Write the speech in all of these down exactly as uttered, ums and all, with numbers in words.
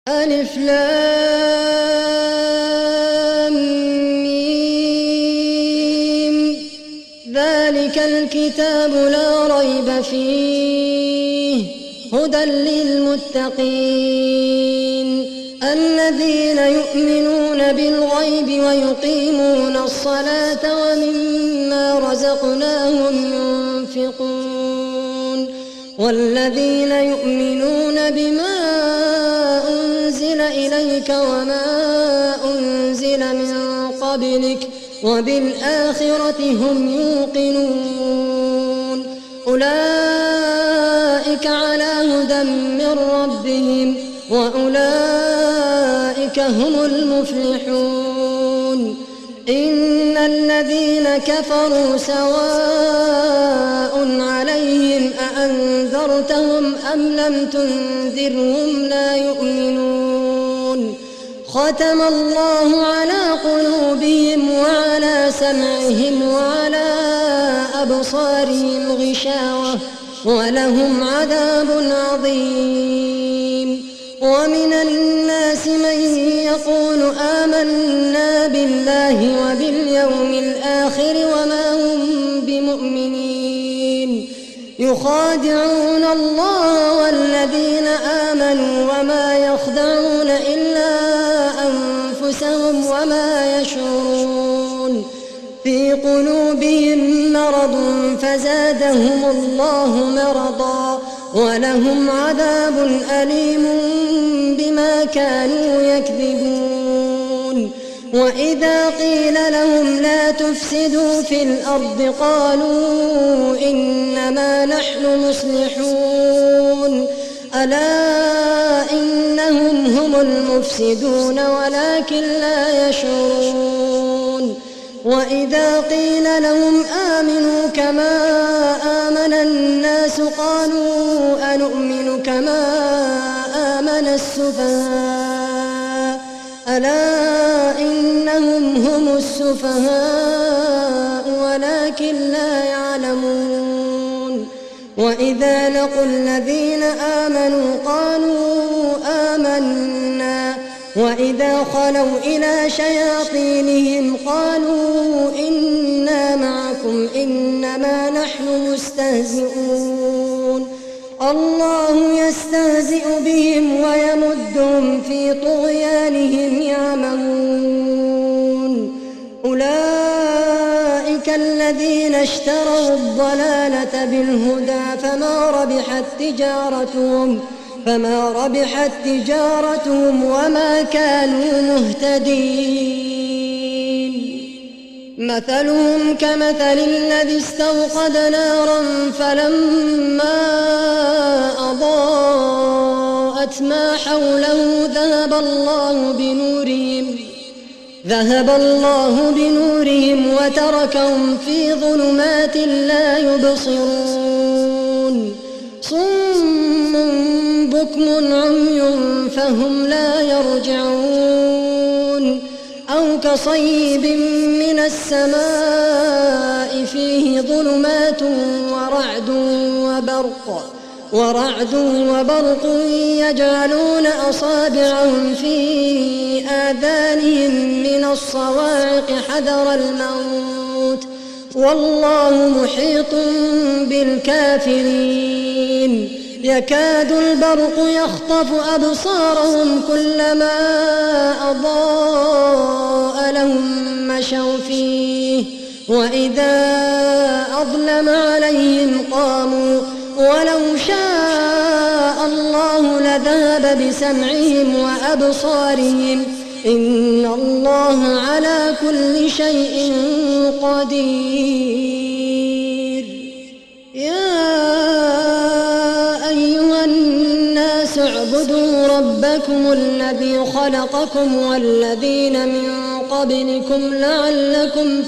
ألف لام ميم ذلك الكتاب لا ريب فيه هدى للمتقين الذين يؤمنون بالغيب ويقيمون الصلاة ومما رزقناهم ينفقون والذين يؤمنون بما أنزل إليك وما أنزل من قبلك وبالآخرة هم يوقنون أولئك على هدى من ربهم وأولئك هم المفلحون إن الذين كفروا سواء عليهم أأنذرتهم أم لم تنذرهم لا يؤمنون ختم الله على قلوبهم وعلى سمعهم وعلى أبصارهم غشاوة ولهم عذاب عظيم ومن الناس من يقول آمنا بالله وباليوم الآخر وما هم بمؤمنين يخادعون الله والذين آمنوا وما يخدعون إلا أنفسهم وما يشعرون في قلوبهم مرض فزادهم الله مرضا ولهم عذاب أليم بما كانوا يكذبون وإذا قيل لهم لا تفسدوا في الأرض قالوا إنما نحن مصلحون ألا إنهم هم المفسدون ولكن لا يشعرون وإذا قيل لهم آمنوا كما آمن الناس قالوا أنؤمن كما آمن السفهاء ألا إنهم هم السفهاء ولكن لا يعلمون وإذا لقوا الذين آمنوا قالوا آمنا وإذا خلوا إلى شياطينهم قالوا إنا معكم إنما نحن مستهزئون الله يستهزئ بهم ويمدهم في طغيانهم يعمهون أولئك الذين اشتروا الضلالة بالهدى فما ربحت تجارتهم فما ربحت تجارتهم وما كانوا مهتدين مثلهم كمثل الذي استوقد نارا فلما أضاءت ما حوله ذهب الله بنورهم ذهب الله بنورهم وتركهم في ظلمات لا يبصرون صم بكم عمي فهم لا يرجعون أو كصيب من السماء فيه ظلمات ورعد وبرق ورعد وبرق يجعلون أصابعهم في آذانهم من الصواعق حذر الموت والله محيط بالكافرين يكاد البرق يخطف أبصارهم كلما أضاء لهم مشوا فيه وإذا أظلم عليهم قاموا ولو شاء الله لذهب بسمعهم وأبصارهم إن الله على كل شيء قدير يا أيها الناس اعبدوا ربكم الذي خلقكم والذين من قبلكم لعلكم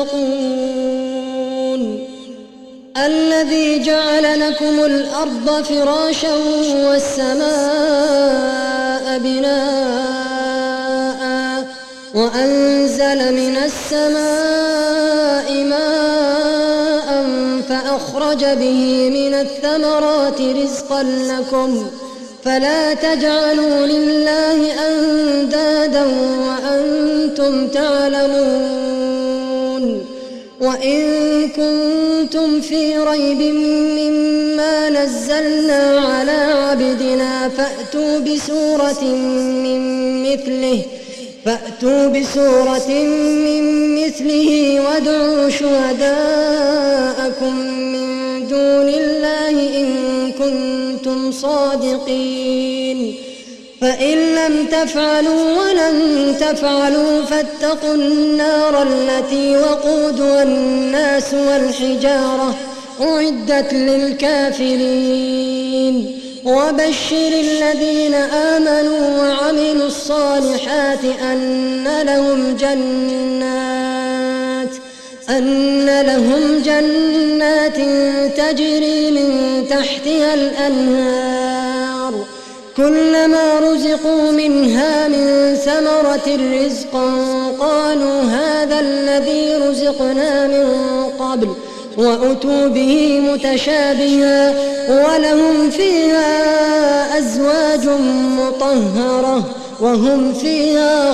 تتقون الذي جعل لكم الأرض فراشا والسماء بناء وأنزل من السماء ماء فأخرج به من الثمرات رزقا لكم فلا تجعلوا لله أندادا وأنتم تعلمون وإن كنتم في ريب مما نزلنا على عبدنا فأتوا بسورة من مثله فأتوا بسورة من مثله وادعوا شهداءكم من دون الله إن كنتم صادقين فإن لم تفعلوا ولن تفعلوا فاتقوا النار التي وقودها الناس والحجارة أعدت للكافرين وبشر الذين آمنوا وعملوا الصالحات أن لهم جنات أن لهم جنات تجري من تحتها الأنهار كلما رزقوا منها من ثمرة رزقا قالوا هذا الذي رزقنا من قبل وأتوا به متشابها ولهم فيها أزواج مطهرة وهم فيها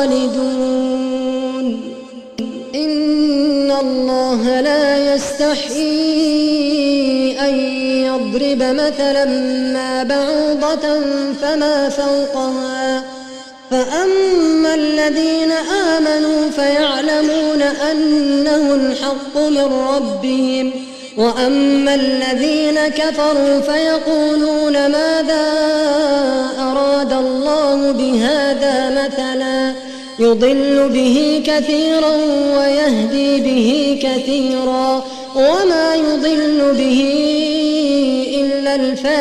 خالدون إن الله لا يستحيي أن يضرب مثلا ما بعوضة فما فوقها فأما الذين آمنوا فيعلمون أنه الحق من ربهم وأما الذين كفروا فيقولون ماذا أراد الله بهذا مثلا يضل به كثيرا ويهدي به كثيرا وما يضل به إلا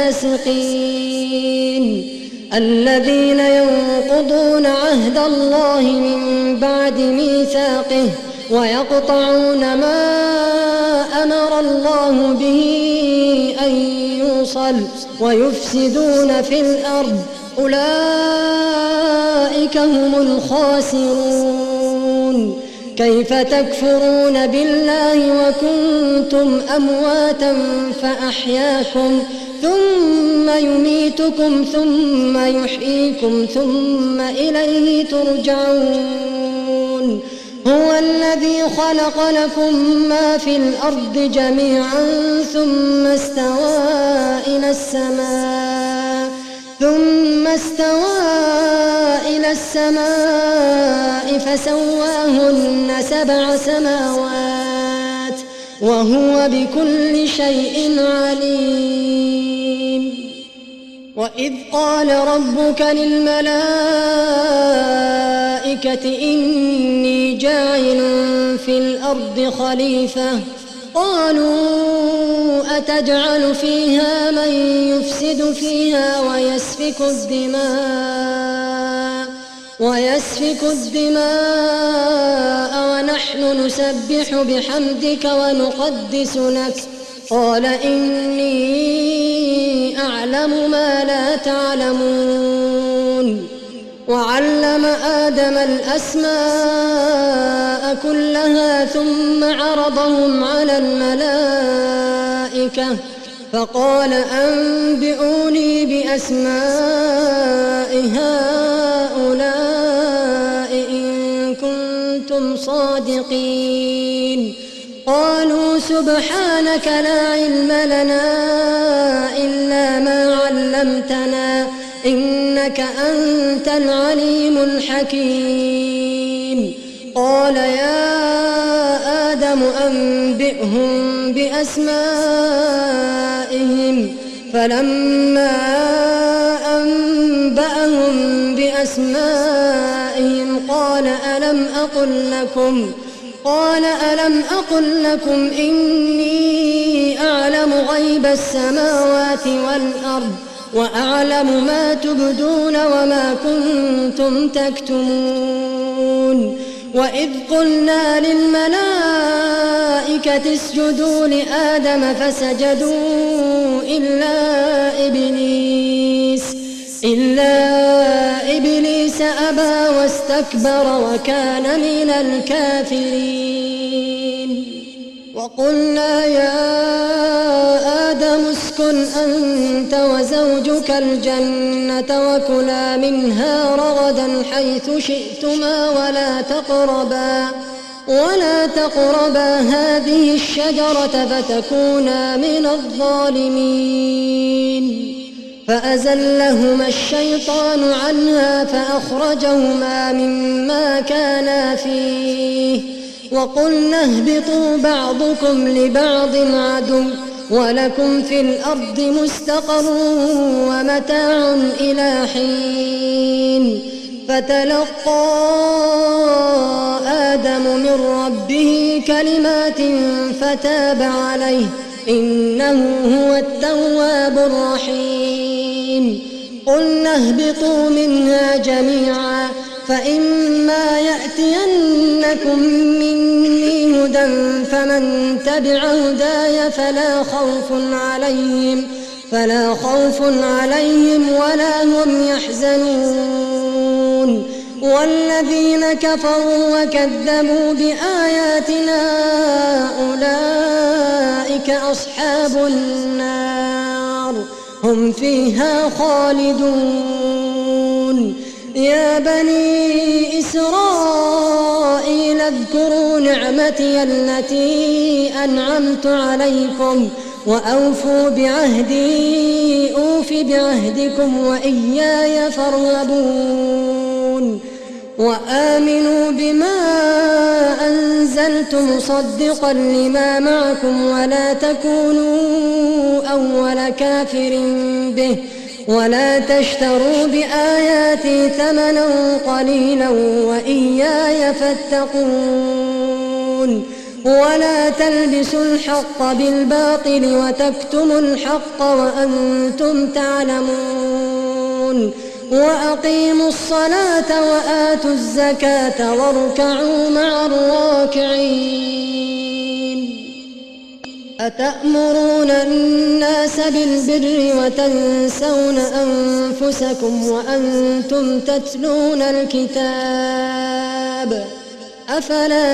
الفاسقين الذين ينقضون عهد الله من بعد ميثاقه ويقطعون ما أمر الله به أن يوصل ويفسدون في الأرض أولئك هم الخاسرون كيف تكفرون بالله وكنتم أمواتا فأحياكم ثم يميتكم ثم يحييكم ثم إليه ترجعون هو الذي خلق لكم ما في الأرض جميعا ثم استوى إلى السماء ثم استوى إلى السماء فسواهن سبع سماوات وهو بكل شيء عليم وإذ قال ربك للملائكة إني جاعل في الأرض خليفة قالوا أتجعل فيها من يفسد فيها ويسفك الدماء ويسفك الدماء ونحن نسبح بحمدك ونقدس لك قال إني أعلم ما لا تعلمون وعلم آدم الأسماء كلها ثم عرضهم على الملائكة فقال أنبئوني بأسماء هؤلاء إن كنتم صادقين قالوا سبحانك لا علم لنا إلا ما علمتنا إنك أنت العليم الحكيم قال يا آدم أنبئهم بأسمائهم فلما أنبأهم بأسمائهم قال ألم أقل لكم قال ألم أقل لكم إني أعلم غيب السماوات والأرض وأعلم ما تبدون وما كنتم تكتمون وإذ قلنا للملائكة اسجدوا لآدم فسجدوا إلا إبليس إلا إبليس أبى واستكبر وكان من الكافرين وقلنا يا آدم اسكن أنت وزوجك الجنة وكلا منها رغدا حيث شئتما ولا تقربا ولا تقربا هذه الشجرة فتكونا من الظالمين فأزلهما الشيطان عنها فأخرجهما مما كانا فيه وقلنا اهبطوا بعضكم لبعض عدو ولكم في الأرض مستقر ومتاع إلى حين فتلقى آدم من ربه كلمات فتاب عليه إنه هو التواب الرحيم قلنا اهبطوا منها جميعا فإما يأتينكم مني هدى فمن تبع هداي فلا خوف عليهم فلا خوف عليهم ولا هم يحزنون والذين كفروا وكذبوا بآياتنا أولئك أصحاب النار هم فيها خالدون يا بني إسرائيل اذكروا نعمتي التي أنعمت عليكم وأوفوا بعهدي أوف بعهدكم وإياي فارهبون وآمنوا بما أنزلت مصدقا لما معكم ولا تكونوا أول كافر به ولا تشتروا بآياتي ثمنا قليلا وإياي فاتقون ولا تلبسوا الحق بالباطل وتكتموا الحق وأنتم تعلمون وأقيموا الصلاة وآتوا الزكاة واركعوا مع الراكعين أتأمرون الناس بالبر وتنسون أنفسكم وأنتم تتلون الكتاب أفلا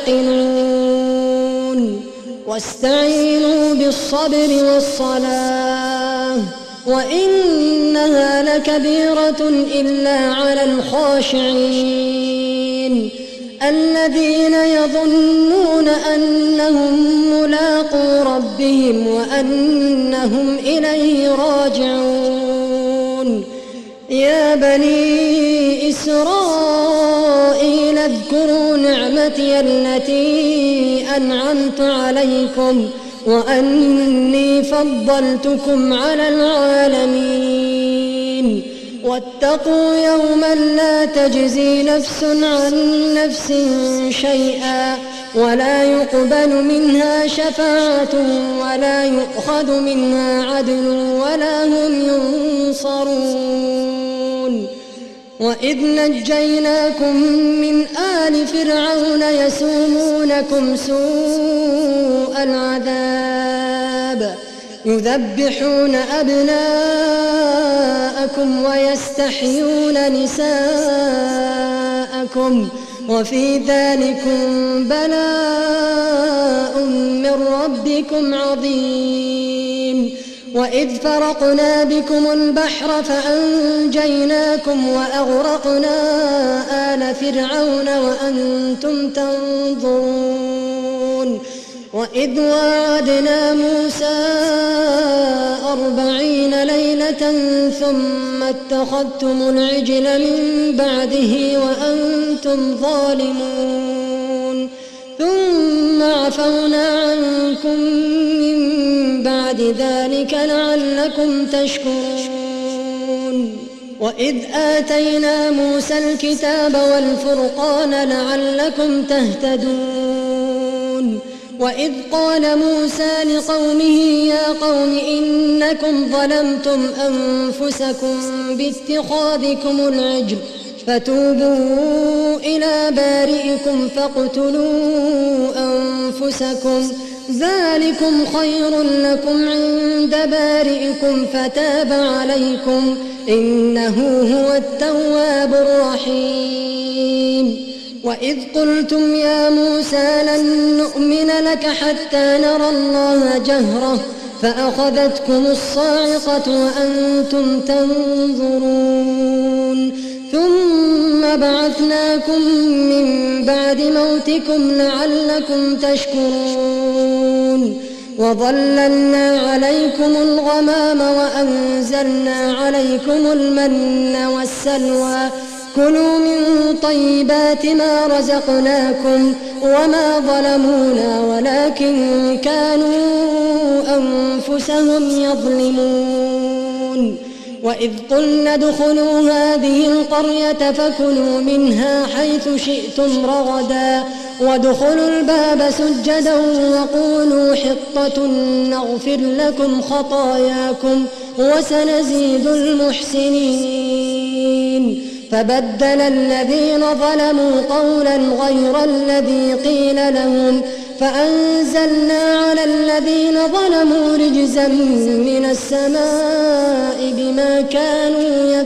تعقلون واستعينوا بالصبر والصلاة وإنها لكبيرة إلا على الخاشعين الذين يظنون أنهم ملاقو ربهم وأنهم إليه راجعون يا بني إسرائيل اذكروا نعمتي التي أنعمت عليكم وأني فضلتكم على العالمين واتقوا يوما لا تجزي نفس عن نفس شيئا ولا يقبل منها شفاعة ولا يؤخذ منها عدل ولا هم ينصرون وإذ نجيناكم من آل فرعون يسومونكم سوء العذاب يذبحون أبناءكم ويستحيون نساءكم وفي ذلكم بلاء من ربكم عظيم وإذ فرقنا بكم البحر فأنجيناكم وأغرقنا آل فرعون وأنتم تنظرون وإذ واعدنا موسى أربعين ليلة ثم اتخذتم العجل من بعده وأنتم ظالمون ثم عفونا عنكم من بعد ذلك لعلكم تشكرون وإذ آتينا موسى الكتاب والفرقان لعلكم تهتدون وإذ قال موسى لقومه يا قوم إنكم ظلمتم أنفسكم باتخاذكم العجل فتوبوا إلى بارئكم فاقتلوا أنفسكم ذلكم خير لكم عند بارئكم فتاب عليكم إنه هو التواب الرحيم وإذ قلتم يا موسى لن نؤمن لك حتى نرى الله جهرة فأخذتكم الصاعقة وأنتم تنظرون ثم بعثناكم من بعد موتكم لعلكم تشكرون وظللنا عليكم الغمام وأنزلنا عليكم المن والسلوى كلوا من طيبات ما رزقناكم وما ظلمونا ولكن كانوا أنفسهم يظلمون وإذ قلنا ادخلوا هذه القرية فكلوا منها حيث شئتم رغدا وادخلوا الباب سجدا وقولوا حطة نغفر لكم خطاياكم وسنزيد المحسنين فبدل الذين ظلموا قولا غير الذي قيل لهم فأنزلنا على الذين ظلموا رجزا من السماء بما كانوا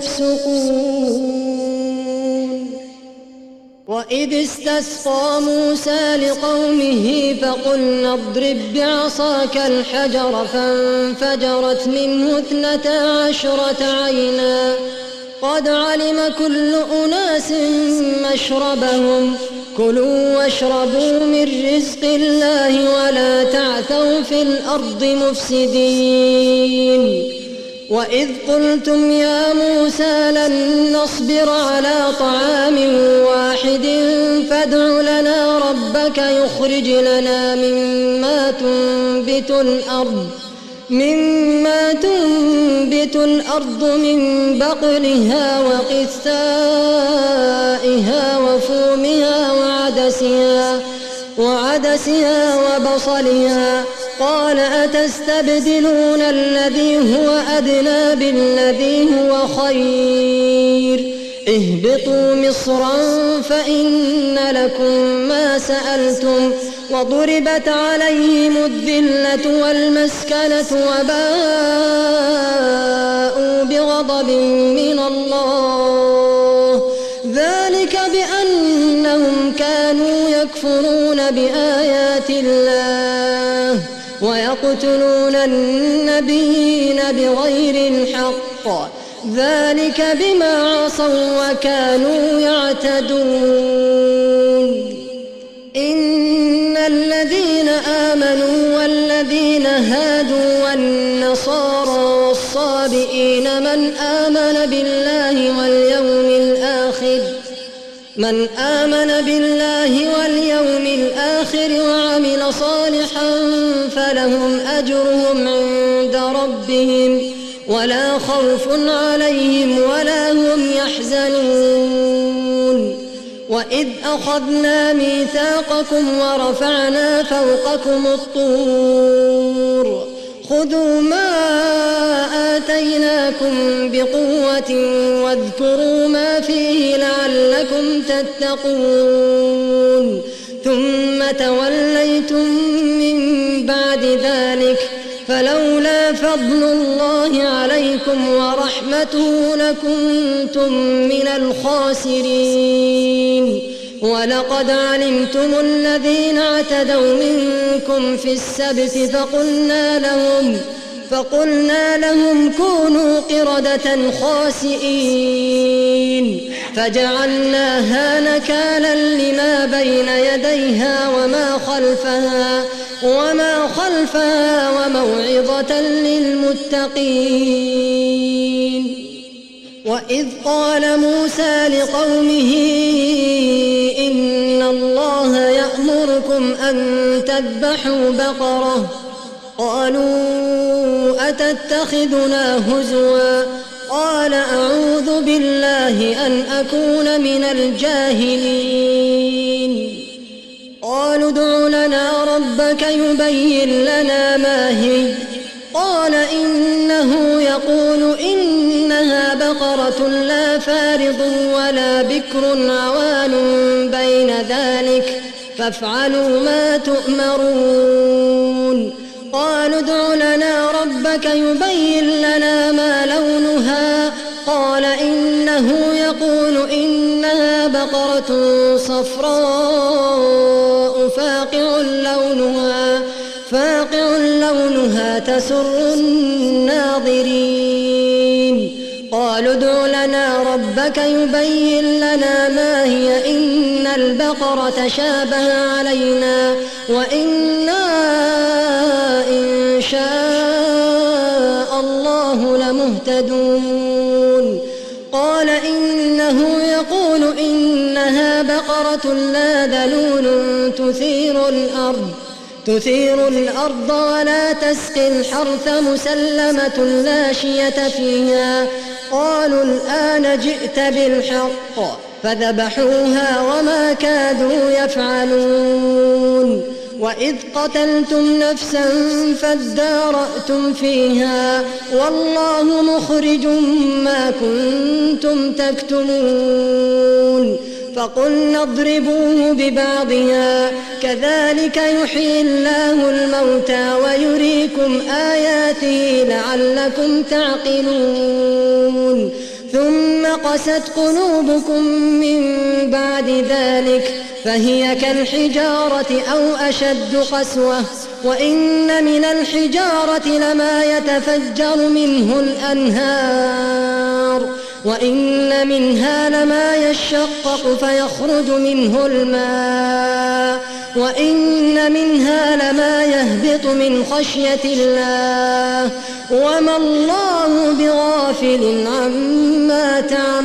يفسقون وإذ استسقى موسى لقومه فقلنا اضرب بعصاك الحجر فانفجرت منه اثنتا عشرة عينا قد علم كل أناس مشربهم كلوا واشربوا من رزق الله ولا تعثوا في الأرض مفسدين وإذ قلتم يا موسى لن نصبر على طعام واحد فادع لنا ربك يخرج لنا مما تنبت الأرض مما تنبت الأرض من بقلها وقثائها وفومها وعدسها وعدسها وبصلها قال أتستبدلون الذي هو أدنى بالذي هو خير اهبطوا مصرا فإن لكم ما سألتم وضربت عليهم الذلة والمسكنة وباءوا بغضب من الله ذلك بأنهم كانوا يكفرون بآيات الله ويقتلون النبيين بغير الحق ذلك بما عصوا وكانوا يعتدون إن الذين آمنوا والذين هادوا والنصارى والصابئين من آمن بالله واليوم الآخر من آمن بالله واليوم الآخر وعمل صالحا فلهم أجرهم عند ربهم ولا خوف عليهم ولا هم يحزنون وإذ أخذنا ميثاقكم ورفعنا فوقكم الطور خذوا ما آتيناكم بقوة واذكروا ما فيه لعلكم تتقون ثم توليتم من بعد ذلك فلولا فضل الله عليكم ورحمته لكنتم من الخاسرين ولقد علمتم الذين اعتدوا منكم في السبت فقلنا لهم فقلنا لهم كونوا قردة خاسئين فجعلناها نكالا لما بين يديها وما خلفها وما خلفها وموعظة للمتقين وإذ قال موسى لقومه إن الله يأمركم أن تذبحوا بقرة قالوا أتتخذنا هزوا قال أعوذ بالله أن أكون من الجاهلين قالوا ادع لنا ربك يبين لنا ما هي قال إنه يقول إنها بقرة لا فارض ولا بكر عوان بين ذلك فافعلوا ما تؤمرون قالوا ادع لنا ربك يبين لنا ما لونها قال إنه يقول إنها بقرة صفراء فاقع لونها فاقع لونها تسر الناظرين قالوا ادع لنا ربك يبين لنا ما هي إن البقرة تشابه علينا وإنا إن شاء الله لمهتدون قال إنه يقول إنها بقرة لا ذلول تثير الأرض تثير الأرض ولا تسقي الحرث مسلمة لا شية فيها قالوا الآن جئت بالحق فذبحوها وما كادوا يفعلون وإذ قتلتم نفسا فادارأتم فيها والله مخرج ما كنتم تكتمون فقلنا اضربوه ببعضها كذلك يحيي الله الموتى ويريكم آياته لعلكم تعقلون ثم قست قلوبكم من بعد ذلك فهي كالحجارة أو أشد قسوة وإن من الحجارة لما يتفجر منه الأنهار وإن منها لما يشقق فيخرج منه الماء وإن منها لما يهبط من خشية الله وما الله بغافل عما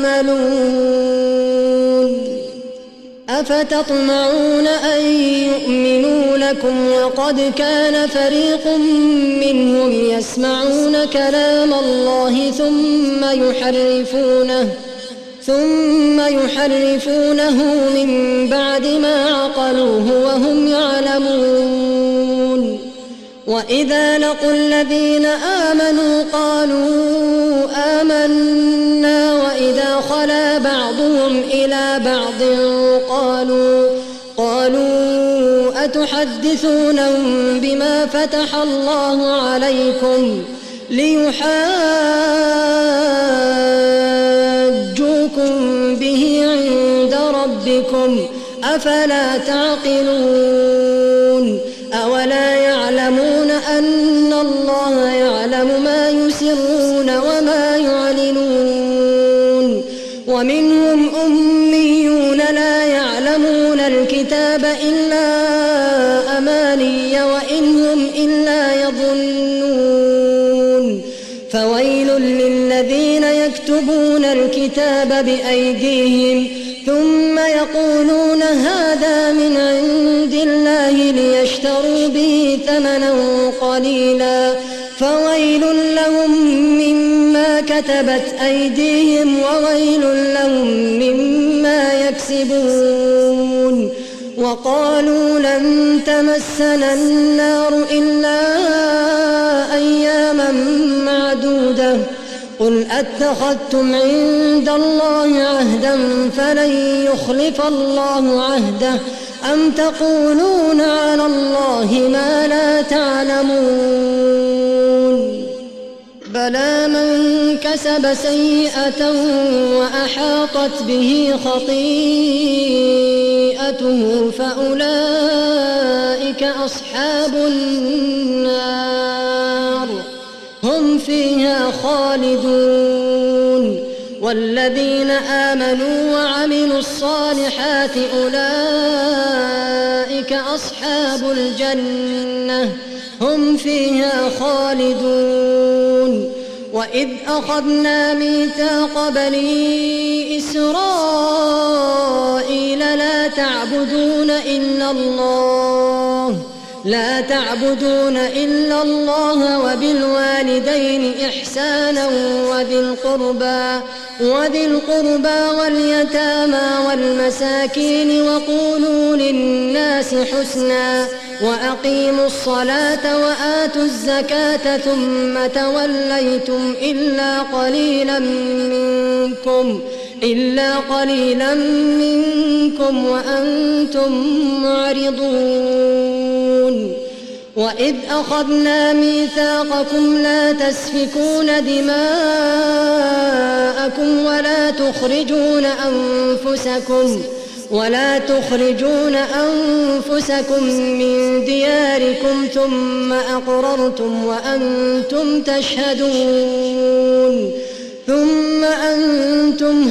تعملون أفتطمعون أن يؤمنوا لكم وقد كان فريق منهم يسمعون كلام الله ثم يحرفونه ثم يحرفونه من بعد ما عقلوه وهم يعلمون وإذا لقوا الذين آمنوا قالوا آمنا وإذا خلا بعضهم إلى بعض قالوا قالوا أتحدثونهم بما فتح الله عليكم ليحاجوكم به عند ربكم أفلا تعقلون أولا يعلمون أن الله يعلم ما يسرون وما يعلنون ومنهم أميون لا يعلمون الكتاب إلا أماني وإن هم إلا يظنون فويل للذين يكتبون الكتاب بأيديهم ثم يقولون هذا من عند الله ليشتروا به ثمنا قليلا فويل لهم مما كتبت أيديهم وويل لهم مما يكسبون وقالوا لن تمسنا النار إلا أياما معدودة قل أتخذتم عند الله عهدا فلن يخلف الله عهده أم تقولون على الله ما لا تعلمون بلى من كسب سيئة وأحاطت به خطيئته فأولئك أصحاب النار هم فيها خالدون والذين آمنوا وعملوا الصالحات أولئك أصحاب الجنة هم فيها خالدون وإذ أخذنا ميثاق بني إسرائيل لا تعبدون إلا الله لا تعبدون إلا الله وبالوالدين إحسانا وذي القربى وذي القربى واليتامى والمساكين وقولوا للناس حسنا وأقيموا الصلاة وآتوا الزكاة ثم توليتم إلا قليلا منكم إلا قليلا منكم وأنتم معرضون وإذ أخذنا ميثاقكم لا تسفكون دماءكم ولا تخرجون أنفسكم ولا تخرجون أنفسكم من دياركم ثم أقررتم وأنتم تشهدون ثم أنتم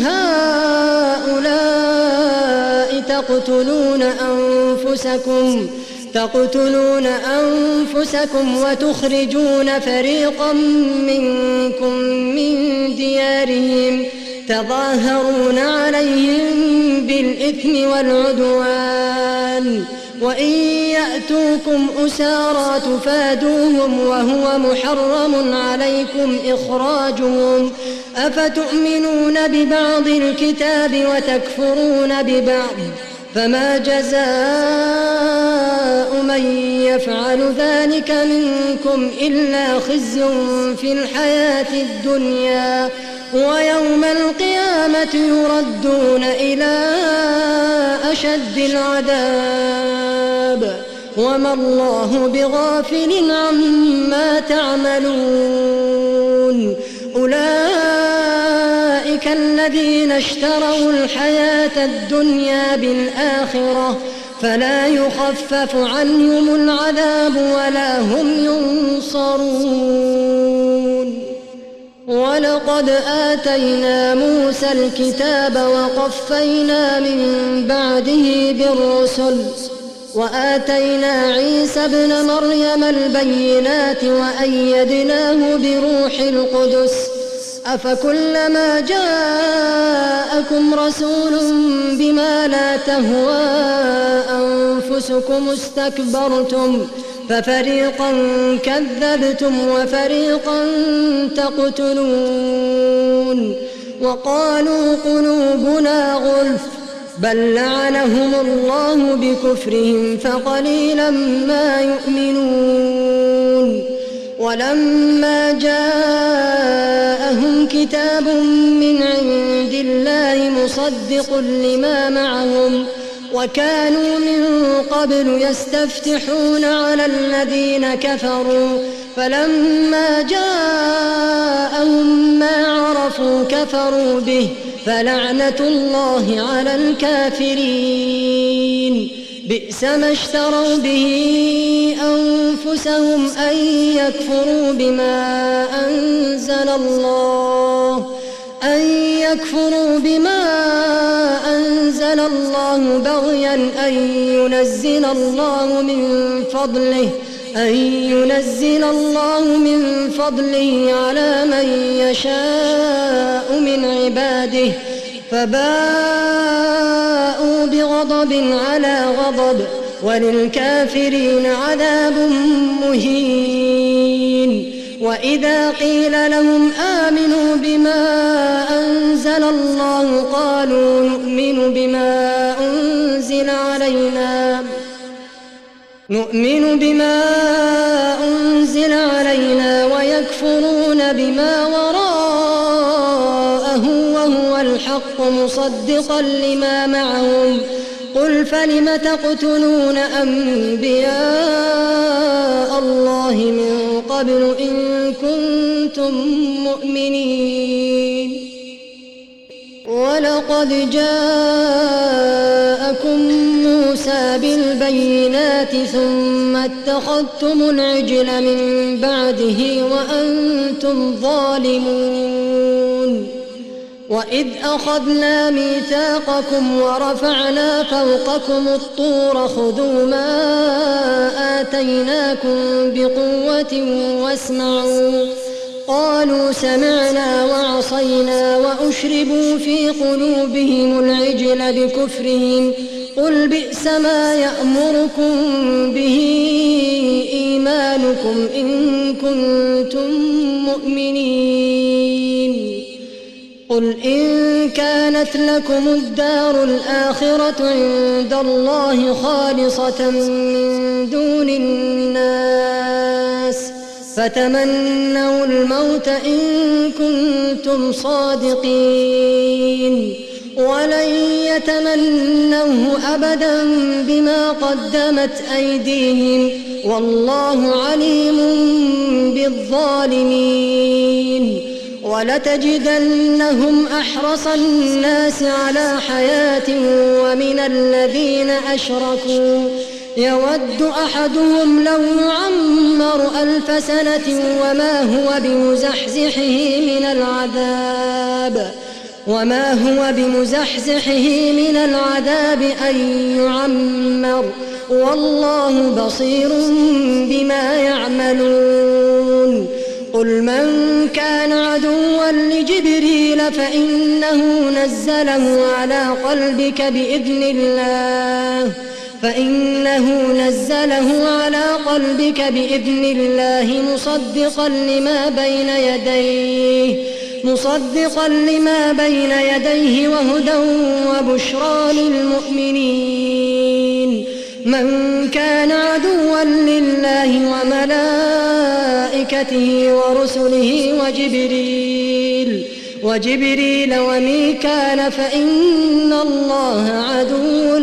هؤلاء تقتلون أنفسكم تقتلون أنفسكم وتخرجون فريقا منكم من ديارهم تظاهرون عليهم بالإثم والعدوان وإن يأتوكم أسارى تفادوهم وهو محرم عليكم إخراجهم أفتؤمنون ببعض الكتاب وتكفرون ببعض فما جزاء من يفعل ذلك منكم إلا خزي في الحياة الدنيا ويوم القيامة يردون إلى أشد العذاب وما الله بغافل عما تعملون أولئك الذين اشتروا الحياة الدنيا بالآخرة فلا يخفف عنهم العذاب ولا هم ينصرون ولقد آتينا موسى الكتاب وقفينا من بعده بالرسل وآتينا عيسى ابن مريم البينات وأيدناه بروح القدس أفكلما جاءكم رسول بما لا تهوى أنفسكم استكبرتم ففريقا كذبتم وفريقا تقتلون وقالوا قلوبنا غلف بل لعنهم الله بكفرهم فقليلا ما يؤمنون ولما جاءهم كتاب من عند الله مصدق لما معهم وكانوا من قبل يستفتحون على الذين كفروا فلما جاءهم ما عرفوا كفروا به فلعنة الله على الكافرين بئس ما اشتروا به أنفسهم أن يكفروا بما أنزل الله أن يكفروا بما أنزل الله بغيا أن ينزل الله من فضله أن ينزل الله من فضله على من يشاء من عباده فباءوا بغضب على غضب وللكافرين عذاب مهين وإذا قيل لهم آمنوا بما أنزل الله قالوا نؤمن بما أنزل علينا نؤمن بما أنزل علينا ويكفرون بما وراءه وهو الحق مصدقا لما معهم قل فلم تقتلون أنبياء الله من قبل إن كنتم مؤمنين ولقد جاءكم موسى بالبينات ثم اتخذتم العجل من بعده وأنتم ظالمون وإذ أخذنا ميثاقكم ورفعنا فوقكم الطور خذوا ما آتيناكم بقوة واسمعوا قالوا سمعنا وعصينا وأشربوا في قلوبهم العجل بكفرهم قل بئس ما يأمركم به إيمانكم إن كنتم مؤمنين قل إن كانت لكم الدار الآخرة عند الله خالصة من دون الناس فتمنوا الموت إن كنتم صادقين ولن يتمنوه أبدا بما قدمت أيديهم والله عليم بالظالمين. ولتجدنهم أحرص الناس على حياة ومن الذين أشركوا يود أحدهم لو يعمر ألف سنة وما هو بمزحزحه من العذاب وما هو بمزحزحه من العذاب أن يعمر والله بصير بما يعملون. قل من كان عدوا لجبريل فإنه نزله على قلبك بإذن الله فإنه نزله على قلبك بإذن الله مصدقا لما بين يديه مصدقا لما بين يديه وهدى وبشرى للمؤمنين. من كان عدوا لله وملائكته ورسله وجبريل وجبريل وميكال فإن الله عدو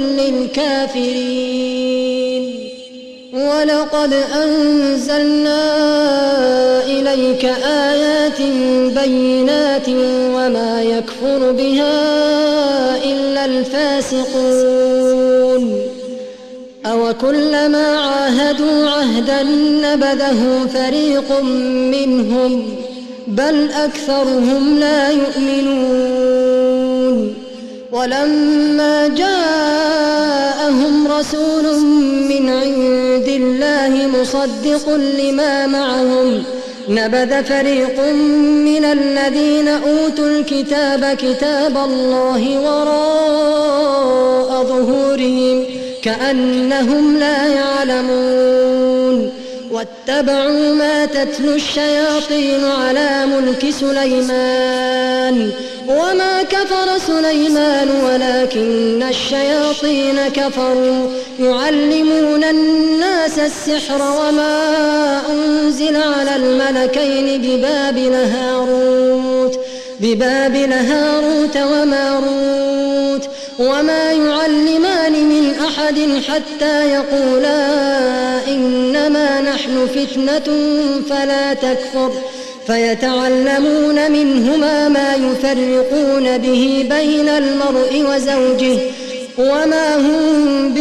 للكافرين. ولقد أنزلنا إليك آيات بينات وما يكفر بها إلا الفاسقون. أوكلما عاهدوا عهدا نبذه فريق منهم بل أكثرهم لا يؤمنون. ولما جاءهم رسول من عند الله مصدق لما معهم نبذ فريق من الذين أوتوا الكتاب كتاب الله وراء ظهورهم كأنهم لا يعلمون. واتبعوا ما تتلو الشياطين على ملك سليمان وما كفر سليمان ولكن الشياطين كفروا يعلمون الناس السحر وما أنزل على الملكين ببابل هاروت ببابل هاروت وماروت وما يعلمان من أحد حتى يقولا إنما نحن فتنة فلا تكفر فيتعلمون منهما ما يفرقون به بين المرء وزوجه وما هم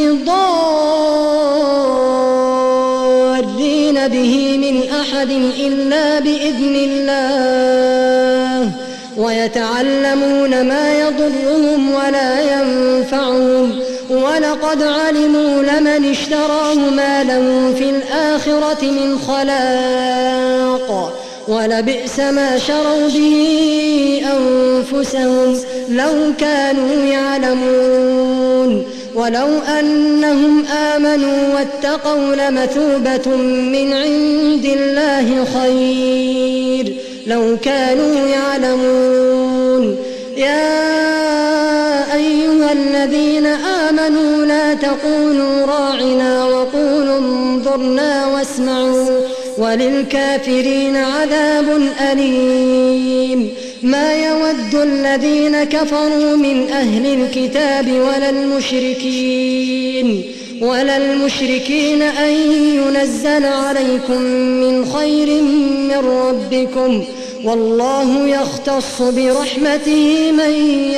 بضارين به من أحد إلا بإذن الله ويتعلمون ما يضرهم ولا ينفعهم ولقد علموا لمن اشتراه ما له في الآخرة من خلاق ولبئس ما شروا به أنفسهم لو كانوا يعلمون. ولو أنهم آمنوا واتقوا لمثوبة من عند الله خير لو كانوا يعلمون. يا أيها الذين آمنوا لا تقولوا راعنا وقولوا انظرنا واسمعوا وللكافرين عذاب أليم. ما يود الذين كفروا من أهل الكتاب ولا المشركين ولا المشركين أن ينزل عليكم من خير من ربكم والله يختص برحمته من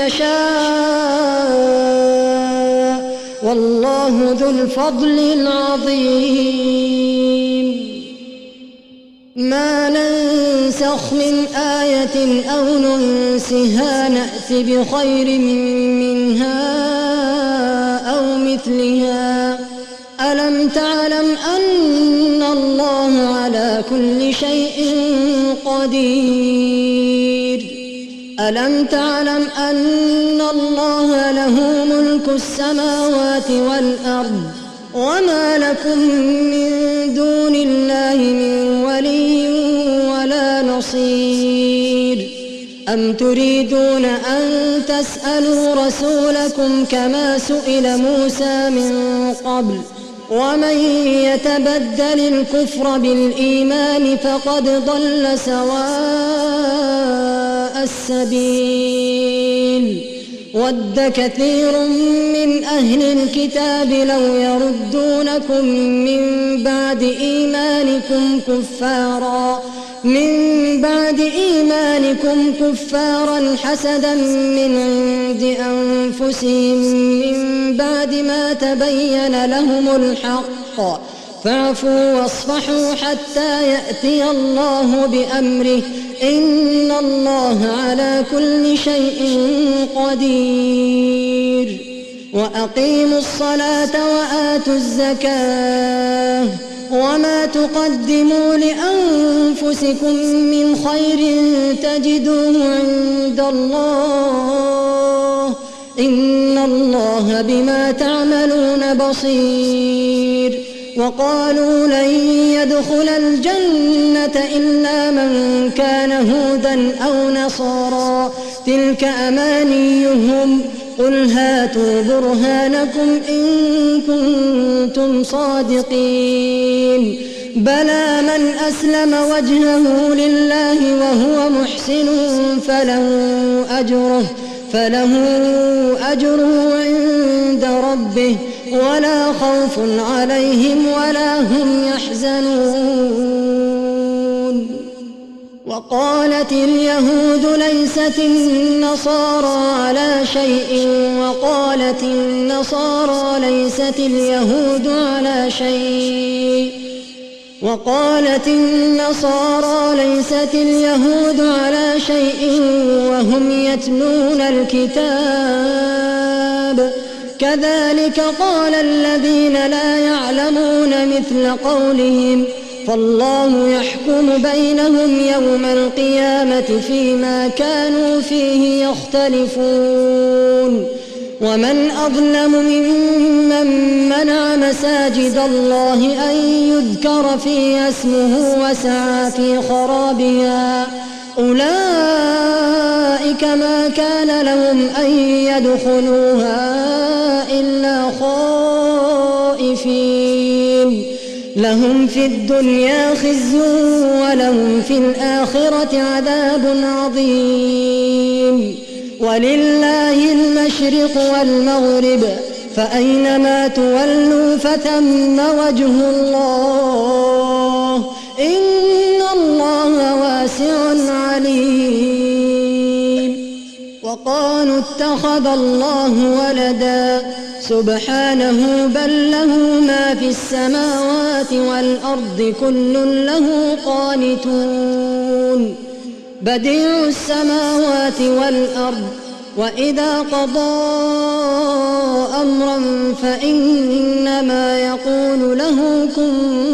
يشاء والله ذو الفضل العظيم. ما ننسخ من آية أو ننسها نأت بخير منها أو مثلها. ألم تعلم أن الله على كل شيء قدير. ألم تعلم أن الله له ملك السماوات والأرض وما لكم من دون الله من ولي ولا نصير. أم تريدون أن تسألوا رسولكم كما سئل موسى من قبل ومن يتبدل الكفر بالإيمان فقد ضل سواء السبيل. ود كثير من أهل الكتاب لو يردونكم من بعد إيمانكم كفارا من بعد إيمانكم كفارا حسدا من عند أنفسهم من بعد ما تبين لهم الحق فاعفوا واصفحوا حتى يأتي الله بأمره إن الله على كل شيء قدير وأقيموا الصلاة وآتوا الزكاة وما تقدموا لأنفسكم من خير تجدوه عند الله إن الله بما تعملون بصير وقالوا لن يدخل الجنة إلا من كان هودا أو نصارى تلك أمانيهم قل هاتوا برهانكم إن كنتم صادقين بلى من أسلم وجهه لله وهو محسن فله أجره فله أجره عند ربه ولا خوف عليهم ولا هم يحزنون وقالت اليهود ليست النصارى على شيء وقالت النصارى ليست اليهود على شيء وقالت النصارى ليست اليهود على شيء وهم يتلون الكتاب كذلك قال الذين لا يعلمون مثل قولهم فالله يحكم بينهم يوم القيامة فيما كانوا فيه يختلفون ومن أظلم ممن منع مساجد الله أن يذكر فيها اسمه وسعى في خرابها أولئك ما كان لهم أن يدخلوها إلا خائفين لهم في الدنيا خزي ولهم في الآخرة عذاب عظيم ولله المشرق والمغرب فأينما تولوا فثم وجه الله إن الله واسع عليم وقالوا اتخذ الله ولدا سبحانه بل له ما في السماوات والأرض كل له قانتون بديع السماوات والأرض وإذا قضى أمرا فإنما يقول له كن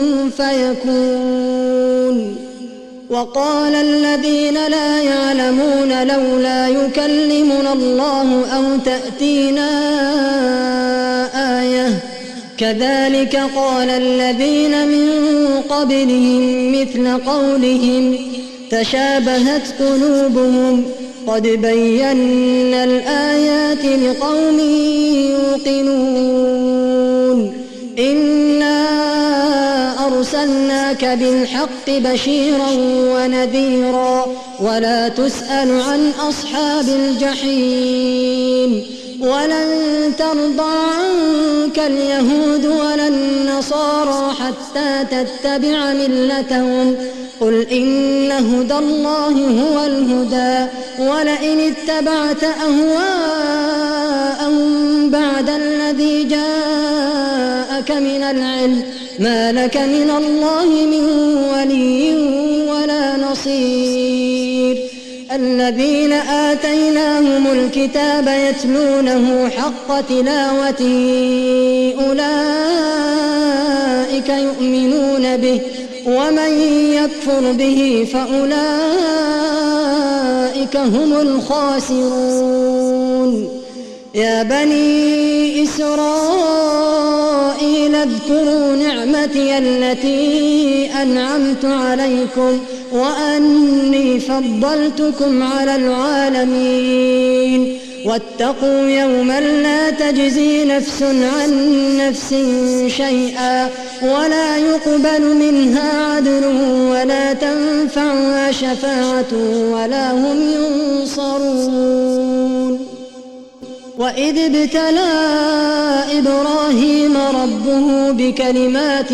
فيكون وقال الذين لا يعلمون لولا يكلمنا الله أو تأتينا آية كذلك قال الذين من قبلهم مثل قولهم تشابهت قلوبهم قد بينا الآيات لقوم يوقنون إنا أرسلناك بالحق بشيرا ونذيرا ولا تسأل عن أصحاب الجحيم ولن ترضى عنك اليهود ولا النصارى حتى تتبع ملتهم قل إن هدى الله هو الهدى ولئن اتبعت أهواءهم بعد الذي جاءك من العلم ما لك من الله من ولي ولا نصير الذين آتيناهم الكتاب يتلونه حق تلاوته أولئك يؤمنون به ومن يكفر به فأولئك هم الخاسرون يا بني إسرائيل اذكروا نعمتي التي أنعمت عليكم وأني فضلتكم على العالمين واتقوا يوما لا تجزي نفس عن نفس شيئا ولا يقبل منها عدل ولا تنفعها شفاعة ولا هم ينصرون وإذ ابتلى إبراهيم ربه بكلمات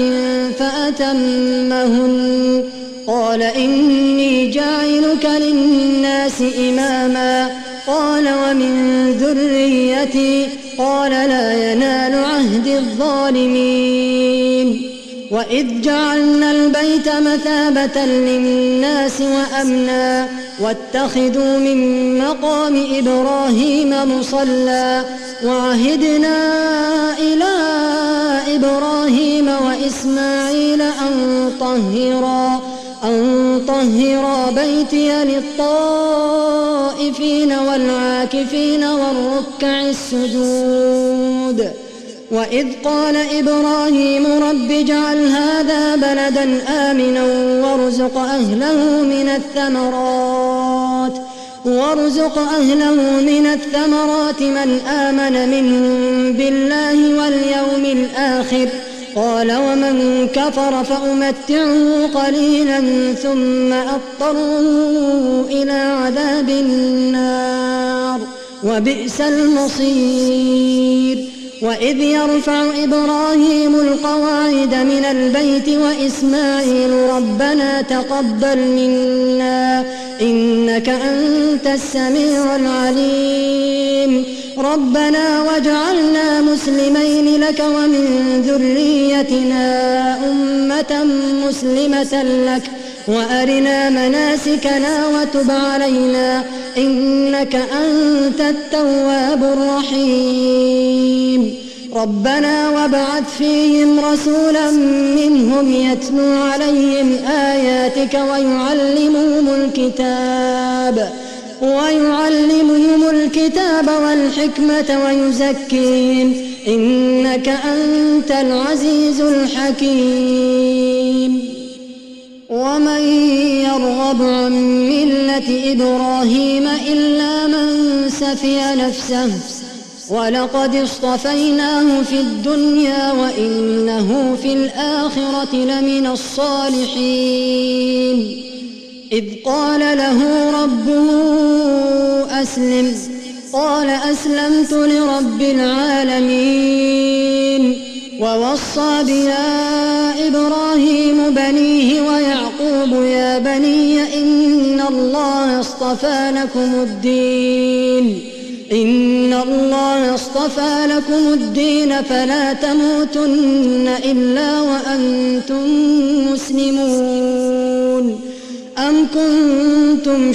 فأتمهن قال إني جاعلك للناس إماما قال ومن ذريتي قال لا ينال عهد الظالمين وإذ جعلنا البيت مثابة للناس وأمنا واتخذوا من مقام إبراهيم مصلى وعهدنا إلى إبراهيم وإسماعيل أن طهرا أن طهرا بيتي للطائفين والعاكفين والركع السجود وإذ قال إبراهيم رب اجعل هذا بلدا آمنا وارزق أهله من الثمرات وارزق أهله من الثمرات من آمن منهم بالله واليوم الآخر قال ومن كفر فأمتعه قليلا ثم أضطره إلى عذاب النار وبئس المصير وإذ يرفع إبراهيم القواعد من البيت وإسماعيل ربنا تقبل منا إنك أنت السميع العليم ربنا واجعلنا مسلمين لك ومن ذريتنا أمة مسلمة لك وأرنا مناسكنا وتب علينا إنك أنت التواب الرحيم ربنا وابعث فيهم رسولا منهم يتلو عليهم آياتك ويعلمهم الكتاب ويعلمهم الكتاب والحكمة ويزكيهم إنك أنت العزيز الحكيم ومن يرغب عن ملة إبراهيم إلا من سفي نفسه ولقد اصطفيناه في الدنيا وإنه في الآخرة لمن الصالحين إذ قال له ربه أسلم قال أسلمت لرب العالمين ووصى بها إبراهيم بنيه ويعقوب يا بني إن الله اصطفى لكم الدين إن الله اصطفى لكم الدين فلا تموتن إلا وأنتم مسلمون أم كنتم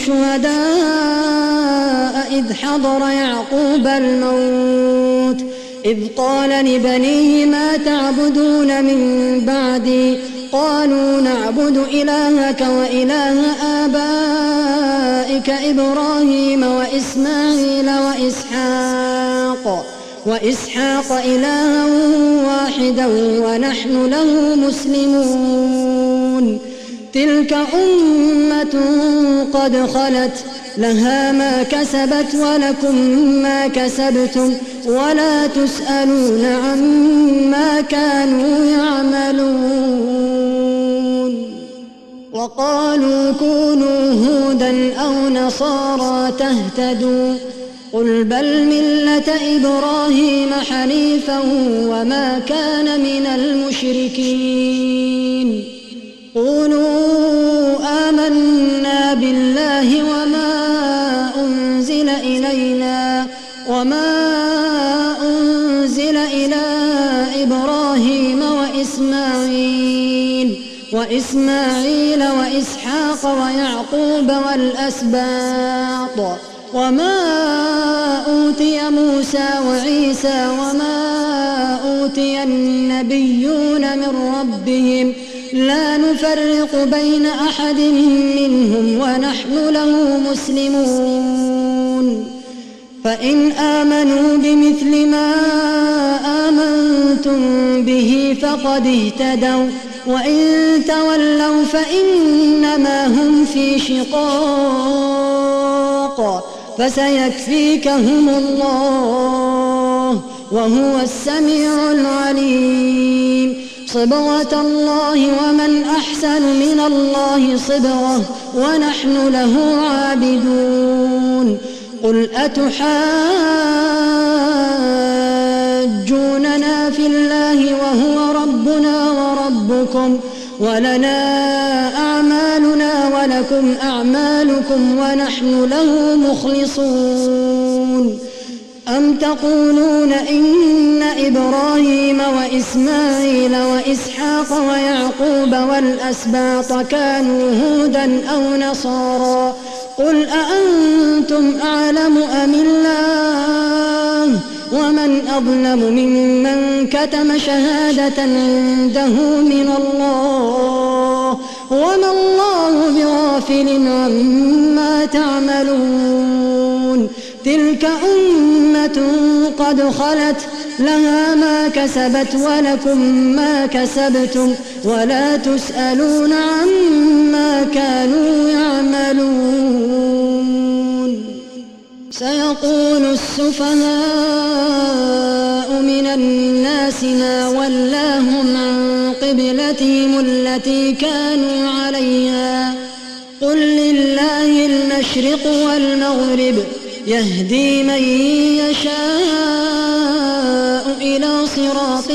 شهداء إذ حضر يعقوب الموت إذ قال لبنيه ما تعبدون من بعدي قالوا نعبد إلهك وإله آبائك إبراهيم وإسماعيل وإسحاق وإسحاق إلها واحدا ونحن له مسلمون تلك أمة قد خلت لها ما كسبت ولكم ما كسبتم ولا تسألون عما كانوا يعملون وقالوا كونوا هودا أو نصارى تهتدوا قل بل ملة إبراهيم حنيفا وما كان من المشركين قولوا آمنا بالله وما أنزل إلينا وما أنزل إلى إبراهيم وإسماعيل وإسماعيل وإسحاق ويعقوب والأسباط وما أوتي موسى وعيسى وما أوتي النبيون من ربهم لا نفرق بين أحد منهم ونحن له مسلمون فإن آمنوا بمثل ما آمنتم به فقد اهتدوا وإن تولوا فإنما هم في شقاق فسيكفيكهم الله وهو السميع العليم صبغة الله ومن أحسن من الله صبغة ونحن له عابدون قل أتحاجوننا في الله وهو ربنا وربكم ولنا أعمالنا ولكم أعمالكم ونحن له مخلصون أم تقولون إن إبراهيم وإسماعيل وإسحاق ويعقوب والأسباط كانوا هودا أو نصارى قل أأنتم أعلم أم الله ومن أظلم ممن كتم شهادة عنده من الله وما الله بغافل عما تعملون تلك أمة قد خلت لها ما كسبت ولكم ما كسبتم ولا تسألون عما كانوا يعملون سيقول السفهاء من الناس ما ولاهم عن قبلتهم التي كانوا عليها قل لله المشرق والمغرب يهدي من يشاء إلى صراط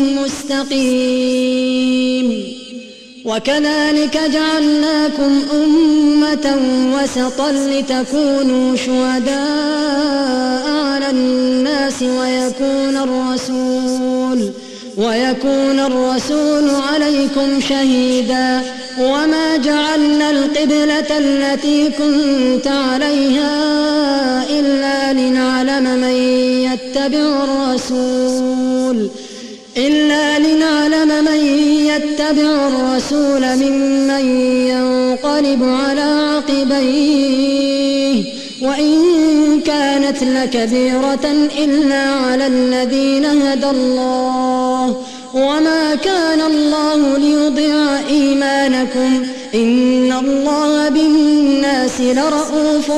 مستقيم وكذلك جعلناكم أمة وسطا لتكونوا شهداء على الناس ويكون الرسول ويكون الرسول عليكم شهيدا وما جعلنا القبلة التي كنت عليها إلا لنعلم من يتبع الرسول إلا لنعلم من يتبع الرسول ممن ينقلب على عقبيه وإن كانت لكبيرة إلا على الذين هدى الله وما كان الله ليضيع إيمانكم إن الله بالناس لرءوف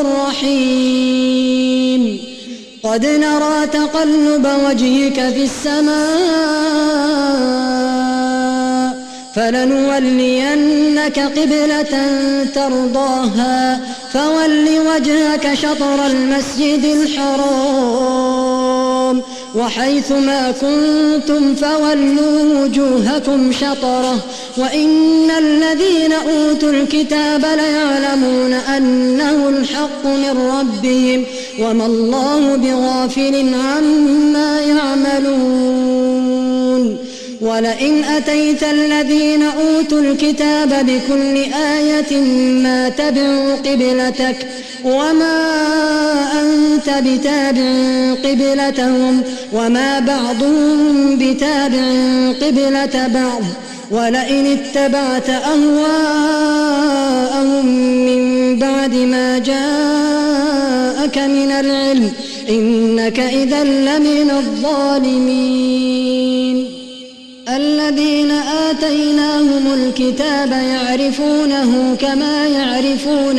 رحيم قد نرى تقلب وجهك في السماء فلنولينك قبلة ترضاها فول وجهك شطر المسجد الحرام وحيث ما كنتم فولوا وجوهكم شطره وإن الذين أوتوا الكتاب ليعلمون أنه الحق من ربهم وما الله بغافل عما يعملون ولئن أتيت الذين أوتوا الكتاب بكل آية ما تبعوا قبلتك وما أنت بتابع قبلتهم وما بعضهم بتابع قبلة بعض ولئن اتبعت أهواءهم من بعد ما جاءك من العلم إنك إذا لمن الظالمين الذين آتيناهم الكتاب يعرفونه كما يعرفون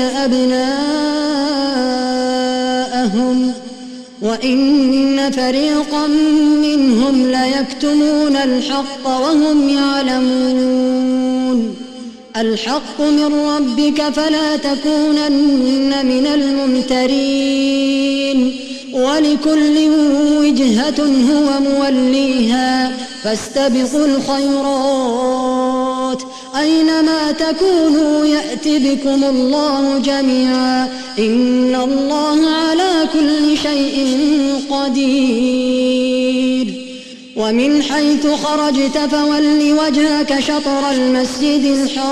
أبناءهم وإن فريقا منهم ليكتمون الحق وهم يعلمون الحق من ربك فلا تكونن من الممترين ولكل وجهة هو موليها فاستبقوا الخيرات أينما تكونوا يأت بكم الله جميعا إن الله على كل شيء قدير ومن حيث خرجت فول وجهك شطر المسجد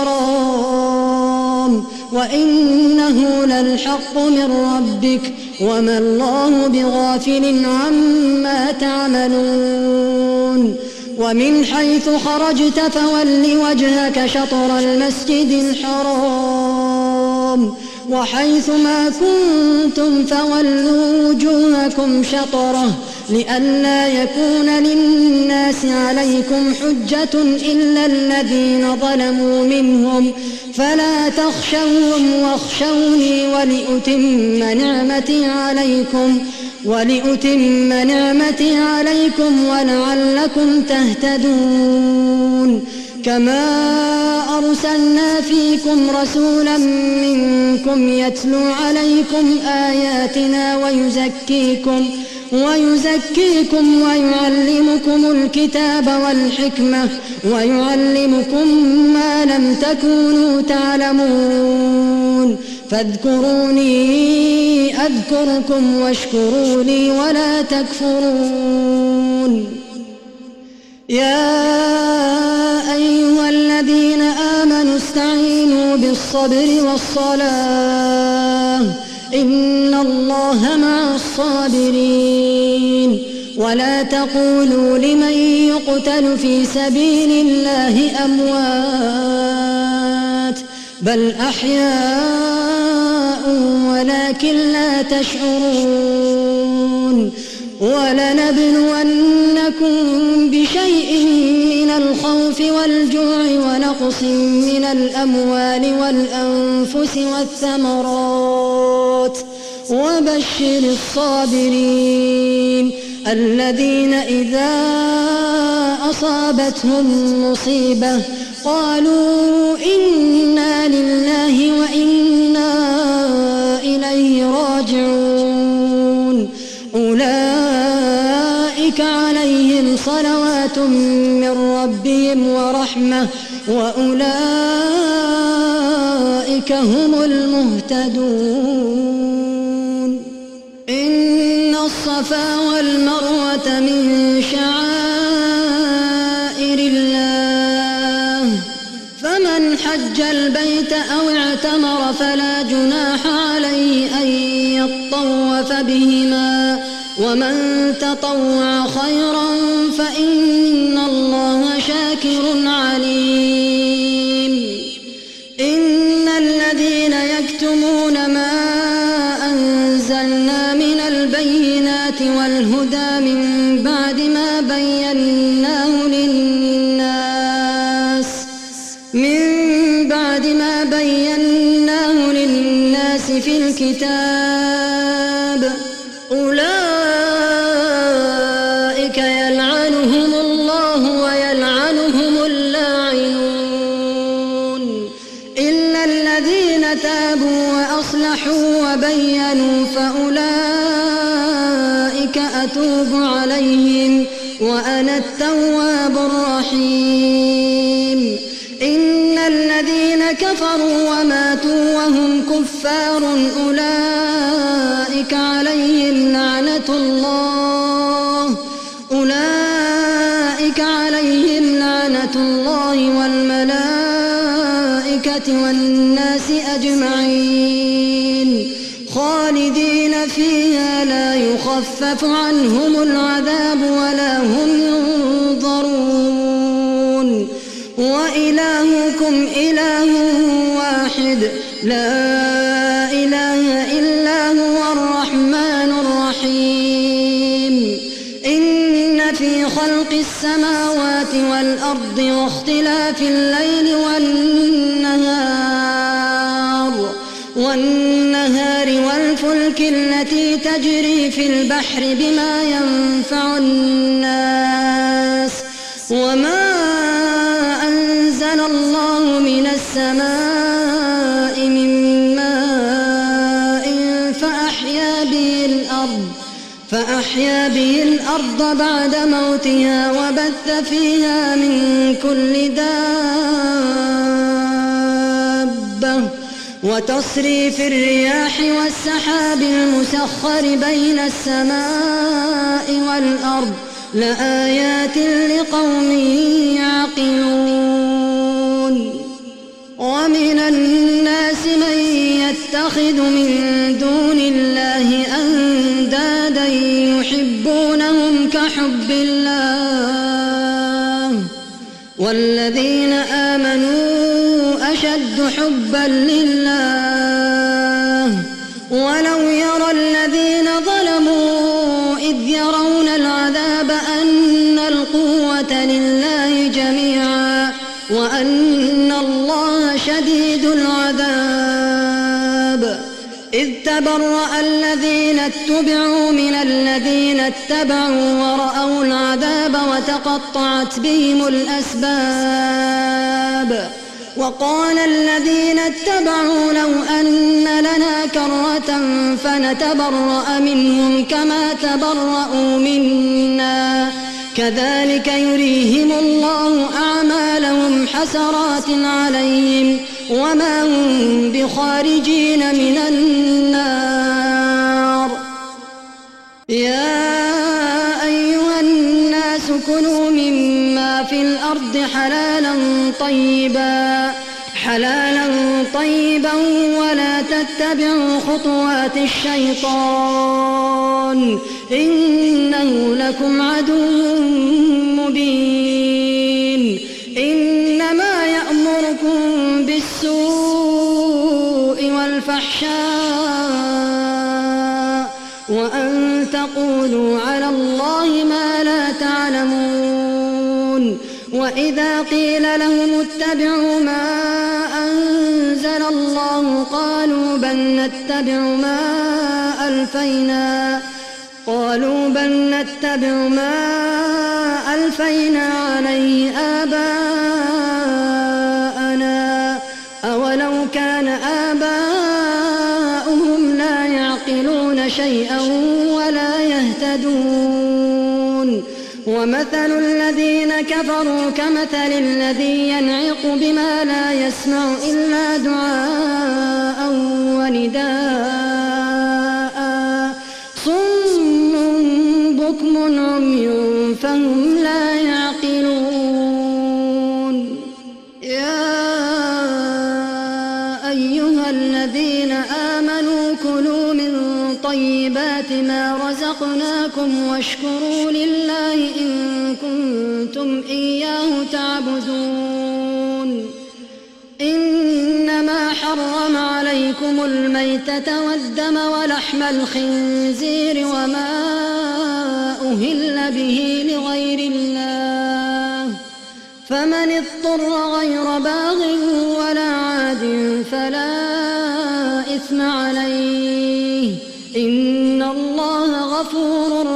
الحرام وإنه للحق من ربك وما الله بغافل عما تعملون ومن حيث خرجت فول وجهك شطر المسجد الحرام وحيث ما كنتم فولوا وجوهكم شطره لئلا يكون للناس عليكم حجة إلا الذين ظلموا منهم فلا تخشوهم واخشوني ولأتم نعمتي عليكم ولأتم نعمتي عليكم ولعلكم تهتدون كما أرسلنا فيكم رسولا منكم يتلو عليكم آياتنا ويزكيكم ويزكيكم ويعلمكم الكتاب والحكمة ويعلمكم ما لم تكونوا تعلمون فاذكروني أذكركم واشكروا لي ولا تكفرون. يا أيها الذين آمنوا استعينوا بالصبر والصلاة إن الله مع الصابرين. ولا تقولوا لمن يقتل في سبيل الله أموات بل أحياء ولكن لا تشعرون. ولنبلونكم بشيء من الخوف والجوع ونقص من الأموال والأنفس والثمرات وبشر الصابرين الذين إذا أصابتهم مصيبة قالوا إنا لله وإنا إليه راجعون. أولئك عليهم صلوات من ربهم ورحمة وأولئك هم المهتدون. إن الصفا والمروة من شعائر الله فمن حج البيت أو اعتمر فلا جناح عليه أن يطوف بهما ومن تطوع خيرا فإن الله شاكر عليم. إن الذين يكتمون ما أنزلنا من البينات والهدى من بعد ما بيناه للناس من بعد ما بيناه للناس في الكتاب أولئك يلعنهم الله ويلعنهم اللاعنون إلا الذين تابوا وأصلحوا وبينوا فأولئك أتوب عليهم وأنا التواب الرحيم. إن الذين كفروا وماتوا وهم كفار أولئك عليهم لعنة الله أولئك عليهم لعنة الله والملائكة والناس أجمعين خالدين فيها لا يخفف عنهم العذاب ولا هم ينظرون. وإلهكم إله واحد لا إله إلا هو الرحمن الرحيم. إن في خلق السماوات والأرض واختلاف الليل والنهار والنهار والفلك التي تجري في البحر بما ينفع الناس وما أنزل الله من السماء من ماء فأحيا به الأرض فأحيا به الأرض بعد موتها وبث فيها من كل دابة وتصريف الرياح والسحاب المسخر بين السماء والأرض لآيات لقوم يعقلون. ومن الناس من يتخذ من دون الله أندادا يحبونهم كحب الله والذين آمنوا أشد حبا لله ولو يرى الذين ظلموا إذ يرون العذاب أن القوة لله جميعا وأن الله شديد العذاب. إذ تبرأ الذين اتبعوا من الذين اتبعوا ورأوا العذاب وتقطعت بهم الأسباب. العذاب. وقال الذين اتبعوا لو أن لنا كرة فنتبرأ منهم كما تبرأوا منا كذلك يريهم الله أعمالهم حسرات عليهم وما هم بخارجين من النار. يا أيها الناس كلوا مما في الأرض حلالا طيبا حلالا طيبا ولا تتبعوا خطوات الشيطان إنه لكم عدو مبين. إنما يأمركم بالسوء والفحشاء وأن تقولوا على الله ما لا تعلمون. وإذا قيل لهم اتبعوا ما أنزل الله قالوا بل نتبع ما ألفينا قالوا بل نتبع ما ألفينا عليه آباءنا أولو كان آباؤهم لا يعقلون شيئا ولا يهتدون. ومثل الذين كفروا كمثل الذي ينعق بما لا يسمع إلا دعاء ونداء صم بكم عمي فهم لا يعقلون. يا أيها الذين آمنوا كلوا من طيبات ما رزقناكم واشكروا لله إن كنتم إياه تعبدون. إنما حرم عليكم الميتة والدم ولحم الخنزير وما أهل به لغير الله فمن اضطر غير باغ ولا عاد فلا إثم عليه إن الله غفور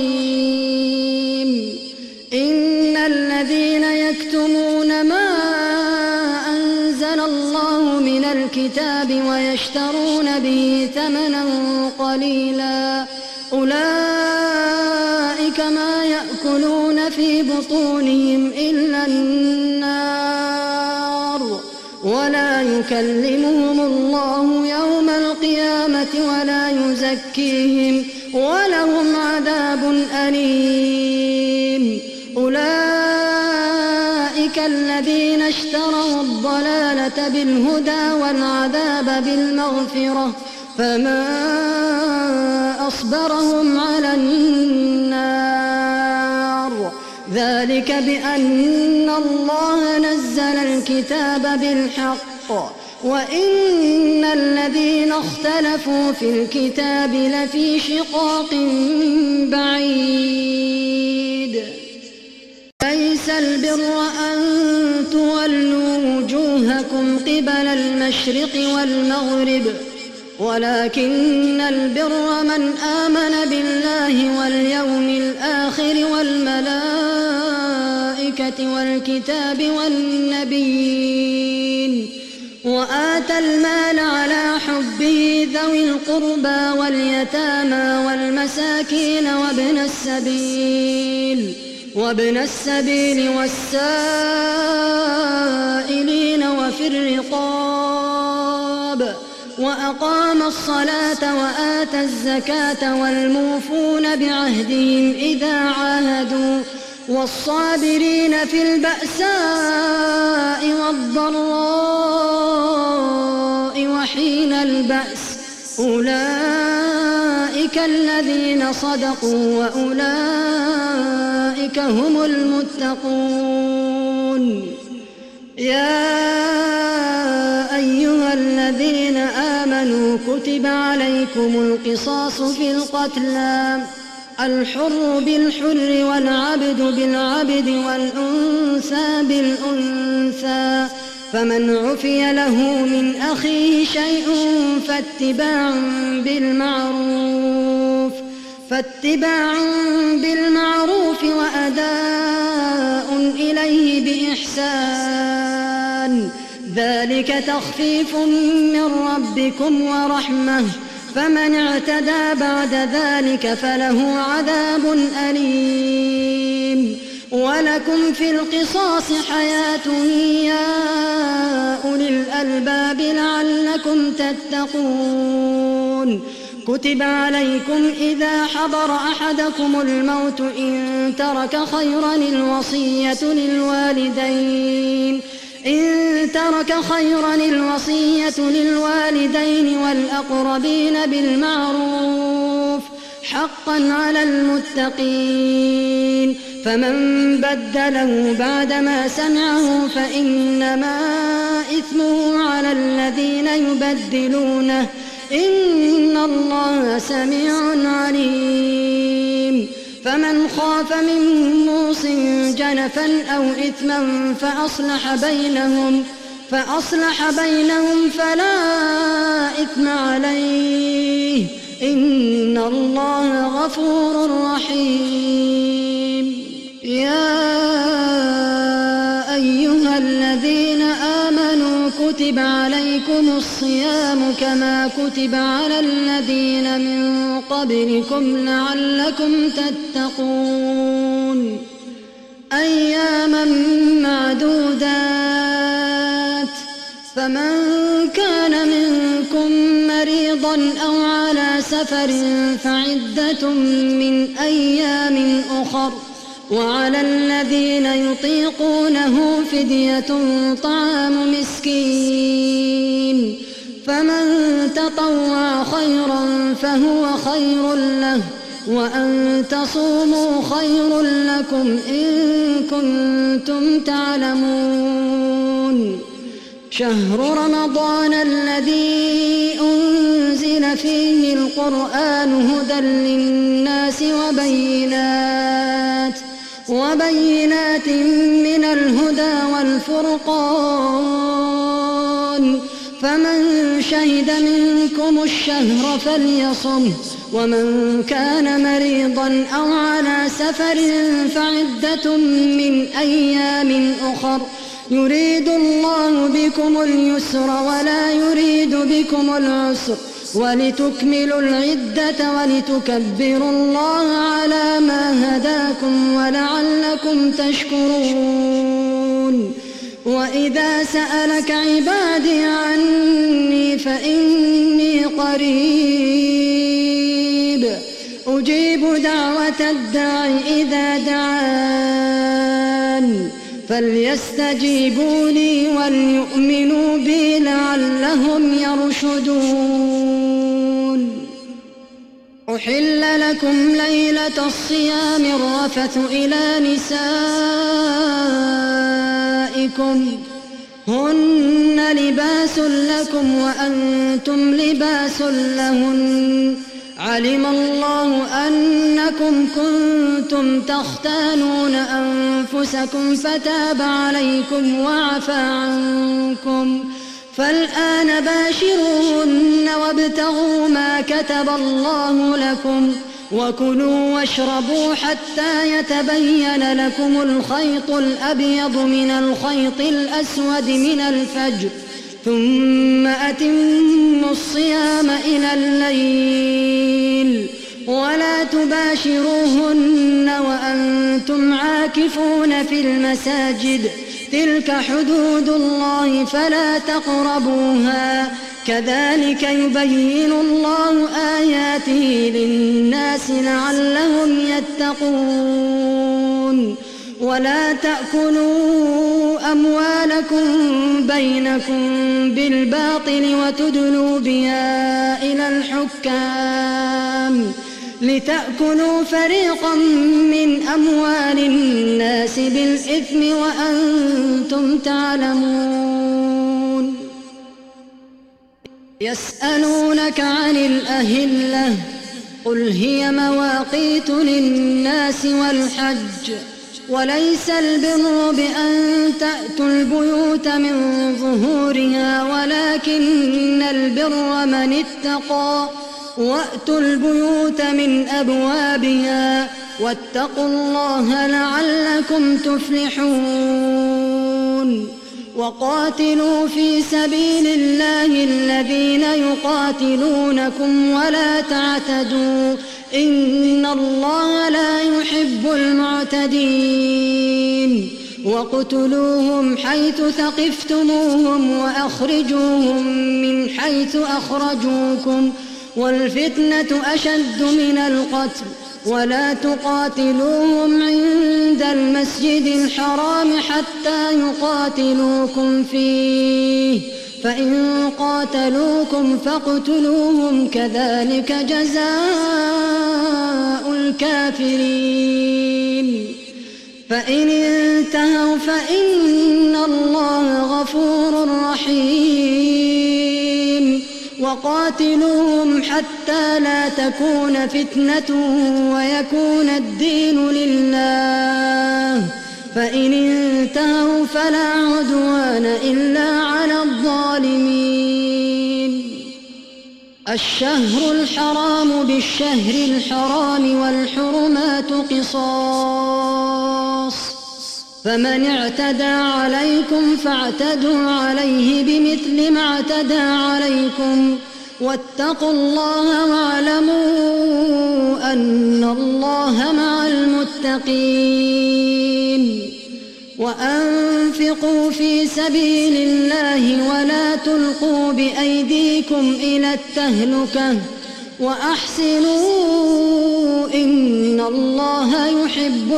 رحيم. إن الذين يكتمون ما أنزل الله من الكتاب ويشترون به ثمنا قليلا أولئك ما يأكلون في بطونهم إلا النار ولا يكلمهم الله يوم القيامة ولا يزكيهم ولهم عذاب أليم. أولئك الذين اشتروا الضلالة بالهدى والعذاب بالمغفرة فما أصبرهم على النار ذلك بأن الله نزل الكتاب بالحق وإن الذين اختلفوا في الكتاب لفي شقاق بعيد. ليس البر أن تولوا وجوهكم قبل المشرق والمغرب ولكن البر من آمن بالله واليوم الآخر والملائكة والكتاب والنبيين وآتى المال على حبه ذوي القربى واليتامى والمساكين وابن السبيل وابن السبيل والسائلين وفي الرقاب وأقام الصلاة وآتى الزكاة والموفون بعهدهم إذا عاهدوا والصابرين في البأساء والضراء وحين البأس أولئك الذين صدقوا وأولئك هم المتقون. يا أيها الذين آمنوا كتب عليكم القصاص في القتلى الحر بالحر والعبد بالعبد والأنثى بالأنثى فمن عفي له من أخيه شيء فاتباع بالمعروف فاتباع بالمعروف وأداء إليه بإحسان ذلك تخفيف من ربكم ورحمة، فمن اعتدى بعد ذلك فله عذاب أليم. ولكم في القصاص حياة يا أولي الألباب لعلكم تتقون. كتب عليكم إذا حضر أحدكم الموت إن ترك خيرا الوصية للوالدين إن ترك خيرا الوصية للوالدين والأقربين بالمعروف حقا على المتقين. فمن بدله بعدما سمعه فإنما إثمه على الذين يبدلونه، إن الله سميع عليم. فمن خاف من موص جنفا أو إثما فأصلح بينهم فأصلح بينهم فلا إثم عليه، إن الله غفور رحيم. يا أيها الذين آمنوا كتب عليكم الصيام كما كتب على الذين من قبلكم لعلكم تتقون. أياما معدودات، فمن كان منكم مريضا أو على سفر فعدة من أيام أخر، وعلى الذين يطيقونه فدية طعام مسكين، فمن تطوع خيرا فهو خير له، وأن تصوموا خير لكم إن كنتم تعلمون. شهر رمضان الذي أنزل فيه القرآن هدى للناس وبينات وبينات من الهدى والفرقان، فمن شهد منكم الشهر فليصمه، ومن كان مريضا أو على سفر فعدة من أيام أخر، يريد الله بكم اليسر ولا يريد بكم العسر، ولتكملوا العدة ولتكبروا الله على ما هداكم ولعلكم تشكرون. وإذا سألك عبادي عني فإني قريب أجيب دعوة الداع إذا دعان، فليستجيبوا لي وليؤمنوا بي لعلهم يرشدون. أحل لكم ليلة الصيام الرفث إلى نسائكم هن لباس لكم وأنتم لباس لهن، علم الله أنكم كنتم تختانون أنفسكم فتاب عليكم وعفى عنكم، فالآن باشروهن وابتغوا ما كتب الله لكم، وكلوا واشربوا حتى يتبين لكم الخيط الأبيض من الخيط الأسود من الفجر، ثم أتموا الصيام إلى الليل، ولا تباشروهن وأنتم عاكفون في المساجد، تلك حدود الله فلا تقربوها، كذلك يبين الله آياته للناس لعلهم يتقون. ولا تأكلوا أموالكم بينكم بالباطل وتدلوا بها إلى الحكام لتأكلوا فريقا من أموال الناس بالإثم وأنتم تعلمون. يسألونك عن الأهلة قل هي مواقيت للناس والحج، وليس البر بأن تأتوا البيوت من ظهورها ولكن البر من اتقى، وأتوا البيوت من أبوابها واتقوا الله لعلكم تفلحون. وقاتلوا في سبيل الله الذين يقاتلونكم ولا تعتدوا إن الله لا يحب المعتدين وقتلوهم حيث ثقفتموهم وأخرجوهم من حيث أخرجوكم والفتنة أشد من القتل ولا تقاتلوهم عند المسجد الحرام حتى يقاتلوكم فيه فإن قاتلوكم فاقتلوهم كذلك جزاء الكافرين فإن انتهوا فإن الله غفور رحيم وقاتلوهم حتى لا تكون فتنة ويكون الدين لله فإن انتهوا فلا عدوان إلا على الظالمين الشهر الحرام بالشهر الحرام والحرمات قصاص فمن اعتدى عليكم فاعتدوا عليه بمثل ما اعتدى عليكم واتقوا الله واعلموا أن الله مع المتقين وأنفقوا في سبيل الله ولا تلقوا بأيديكم إلى التهلكة وأحسنوا إن الله يحب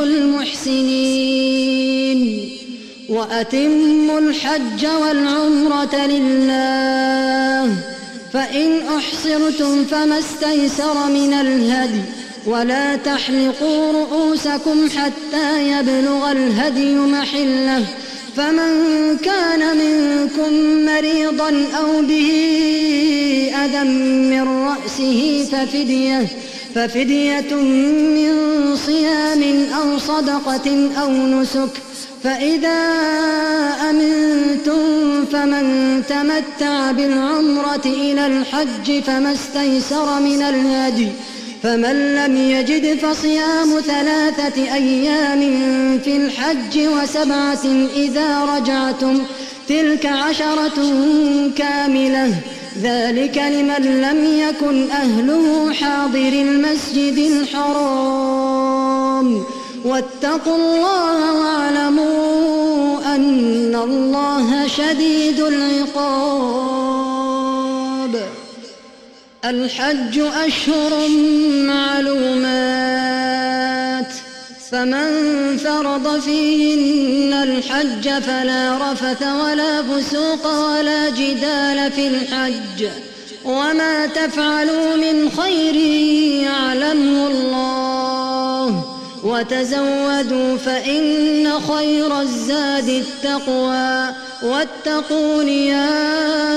المحسنين وأتموا الحج والعمرة لله فإن أحصرتم فما استيسر من الهدي ولا تحلقوا رؤوسكم حتى يبلغ الهدي محله فمن كان منكم مريضا أو به أذى من رأسه ففدية, ففدية من صيام أو صدقة أو نسك فإذا أمنتم فمن تمتع بالعمرة إلى الحج فما استيسر من الهدي فمن لم يجد فصيام ثلاثة أيام في الحج وسبعة إذا رجعتم تلك عشرة كاملة ذلك لمن لم يكن أهله حاضر المسجد الحرام واتقوا الله واعلموا أن الله شديد العقاب الحج أشهر معلومات فمن فرض فيهن الحج فلا رفث ولا فسوق ولا جدال في الحج وما تفعلوا من خير يعلمه الله وتزودوا فإن خير الزاد التقوى واتقون يا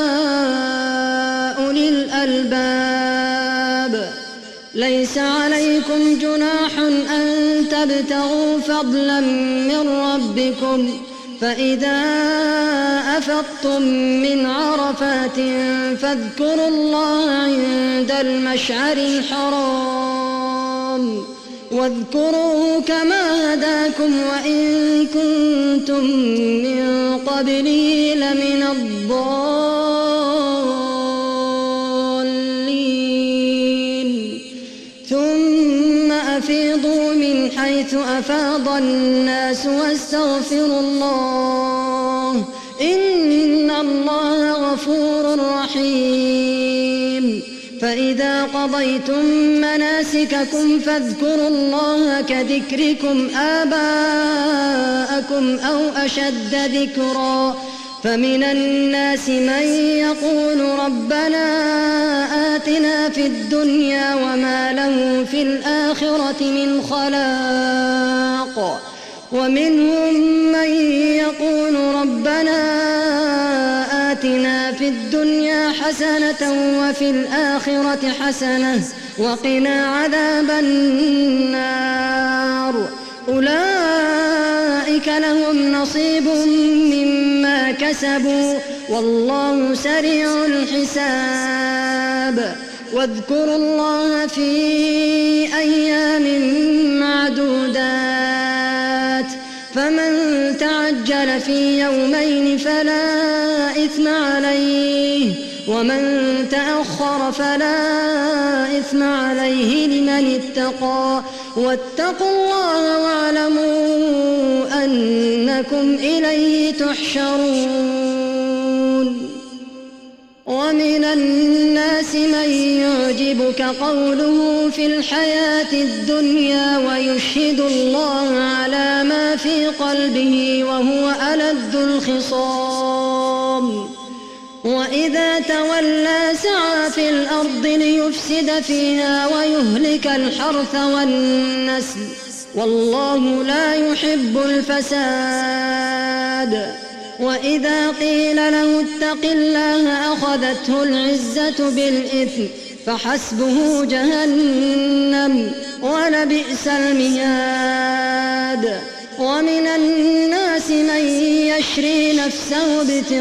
أولي الألباب ليس عليكم جناح أن تبتغوا فضلا من ربكم فإذا أفضتم من عرفات فاذكروا الله عند المشعر الحرام واذكروه كما هداكم وإن كنتم من قبله لمن الضالين ثم أفيضوا من حيث أفاض الناس واستغفروا الله إن الله غفور رحيم فإذا قضيتم مناسككم فاذكروا الله كذكركم آباءكم أو أشد ذكرا فمن الناس من يقول ربنا آتنا في الدنيا وما له في الآخرة من خلاق ومنهم من يقول ربنا آتنا في الدنيا حسنة وفي الآخرة حسنة وقنا عذاب النار أولئك لهم نصيب مما كسبوا والله سريع الحساب واذكروا الله في أيام معدودات فمن تعجل في يومين فلا إثم عليه ومن تأخر فلا إثم عليه لمن اتقى واتقوا الله واعلموا أنكم إليه تحشرون. ومن الناس من يعجبك قوله في الحياة الدنيا ويشهد الله على ما في قلبه وهو ألد الخصام وإذا تولى سعى في الأرض ليفسد فيها ويهلك الحرث والنسل والله لا يحب الفساد. وإذا قيل له اتق الله أخذته العزة بالإثم فحسبه جهنم ولبئس المهاد. ومن الناس من يشري نفسه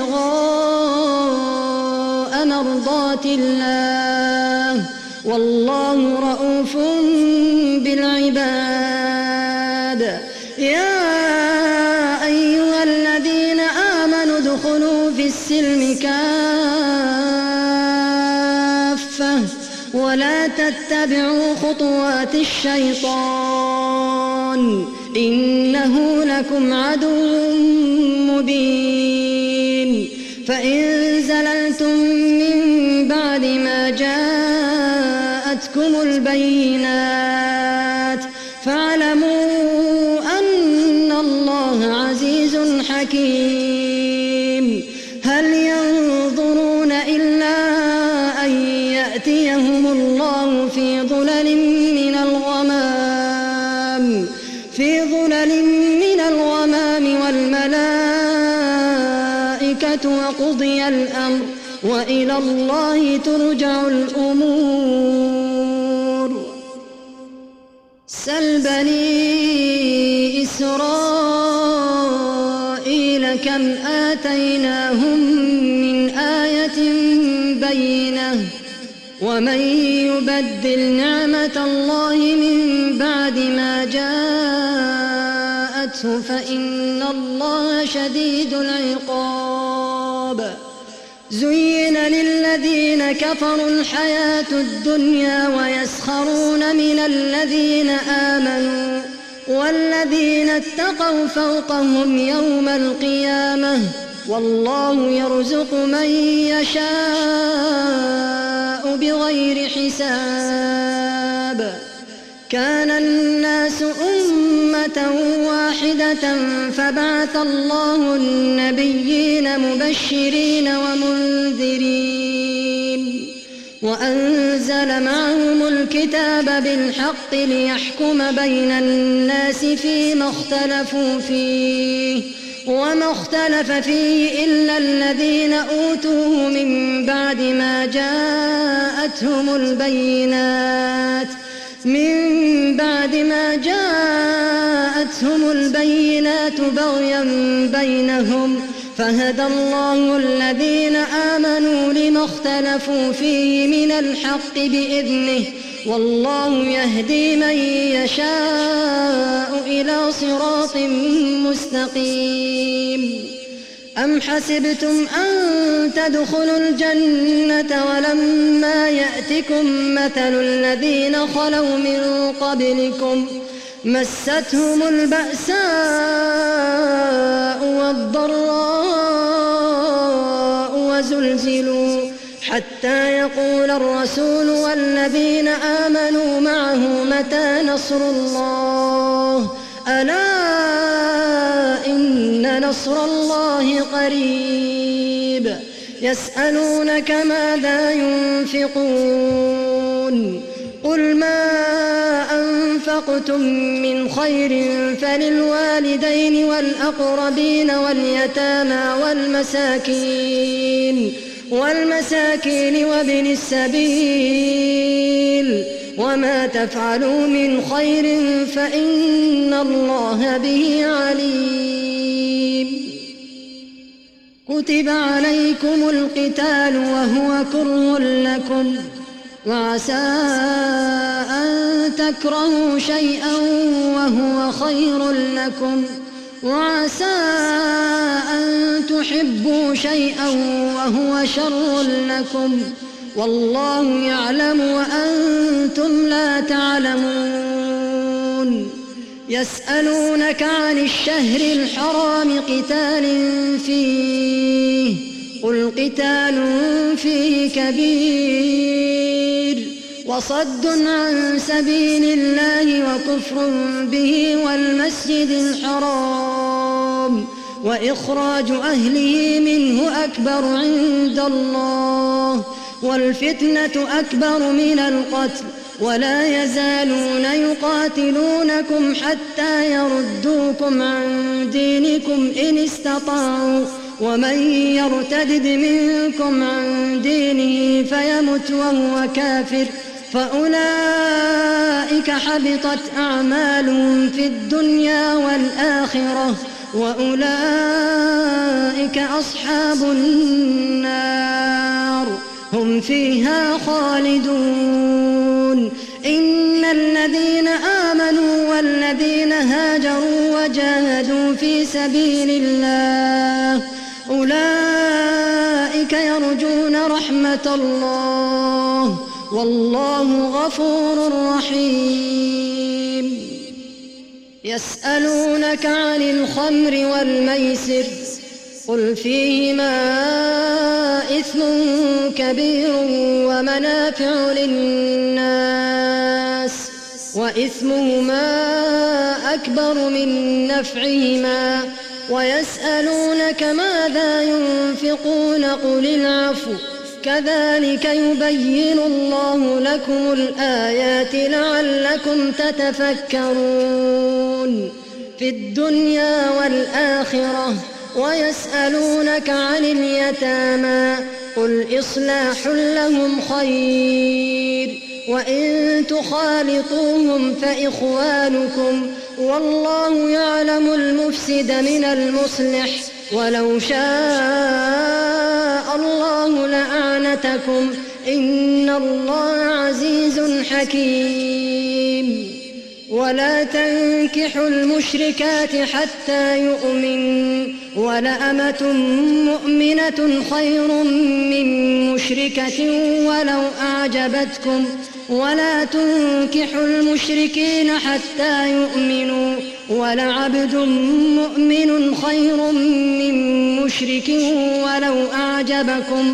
ابتغاء مرضات الله والله رؤوف بالعباد. يا أيها الذين آمنوا ادخلوا في السلم كافة ولا تتبعوا خطوات الشيطان إنه لكم عدو مبين. فإن زللتم من بعد ما جاءتكم البينات فاعلموا أن الله عزيز حكيم. هل ينظرون إلا أن يأتيهم الله في ظلل من الغمام في ظلل من الغمام والملائكة وقضي الأمر وإلى الله ترجع الأمور. سل بني إسرائيل كم آتيناهم من آية بينة ومن يبدل نعمة الله من بعد ما جاءته فإن الله شديد العقاب. زين للذين كفروا الحياة الدنيا ويسخرون من الذين آمنوا والذين اتقوا فوقهم يوم القيامة والله يرزق من يشاء بغير حساب. كان الناس أمة واحدة فبعث الله النبيين مبشرين ومنذرين وأنزل معهم الكتاب بالحق ليحكم بين الناس فيما اختلفوا فيه وما اختلف فيه إلا الذين أوتوه من بعد ما جاءتهم البينات من بعد ما جاءتهم البينات بغيا بينهم فهدى الله الذين آمنوا لما اختلفوا فيه من الحق بإذنه والله يهدي من يشاء إلى صراط مستقيم. أم حسبتم أن تدخلوا الجنة ولما يأتكم مثل الذين خلوا من قبلكم مستهم البأساء والضراء وزلزلوا حتى يقول الرسول والذين آمنوا معه متى نصر الله ألا إن نصر الله قريب. يسألونك ماذا ينفقون قل ما أنفقتم من خير فللوالدين والأقربين واليتامى والمساكين والمساكين وابن السبيل وما تفعلوا من خير فإن الله به عليم. كتب عليكم القتال وهو كره لكم وعسى أن تكرهوا شيئا وهو خير لكم وعسى أن تحبوا شيئا وهو شر لكم والله يعلم وأنتم لا تعلمون. يسألونك عن الشهر الحرام قتال فيه قل قتال فيه كبير وصد عن سبيل الله وكفر به والمسجد الحرام وإخراج أهله منه أكبر عند الله والفتنة أكبر من القتل ولا يزالون يقاتلونكم حتى يردوكم عن دينكم إن استطاعوا ومن يرتدد منكم عن دينه فيمت وهو كافر فأولئك حبطت أعمالهم في الدنيا والآخرة وأولئك أصحاب النار هم فيها خالدون. إن الذين آمنوا والذين هاجروا وجاهدوا في سبيل الله أولئك يرجون رحمة الله والله غفور رحيم. يسألونك عن الخمر والميسر قل فيهما إثم كبير ومنافع للناس وإثمهما أكبر من نفعهما ويسألونك ماذا ينفقون قل العفو كذلك يبين الله لكم الآيات لعلكم تتفكرون في الدنيا والآخرة. ويسألونك عن اليتامى قل إصلاح لهم خير وإن تخالطوهم فإخوانكم والله يعلم المفسد من المصلح ولو شاء الله لأعنتكم إن الله عزيز حكيم. ولا تنكحوا المشركات حتى يؤمنوا ولأمة مؤمنة خير من مشركة ولو أعجبتكم ولا تنكحوا المشركين حتى يؤمنوا ولعبد مؤمن خير من مشرك ولو أعجبكم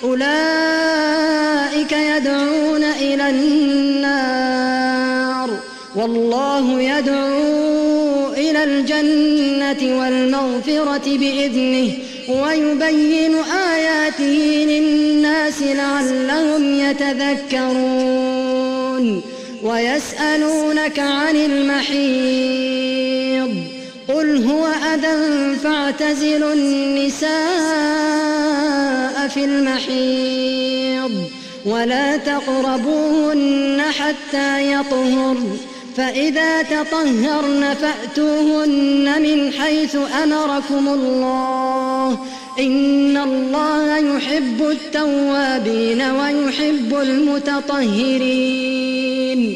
أولئك يدعون إلى النار والله يدعو إلى الجنة والمغفرة بإذنه ويبين آياته للناس لعلهم يتذكرون. ويسألونك عن المحيض قل هو أذى فاعتزلوا النساء في المحيض ولا تقربوهن حتى يطهرن فإذا تطهرن فأتوهن من حيث أمركم الله إن الله يحب التوابين ويحب المتطهرين.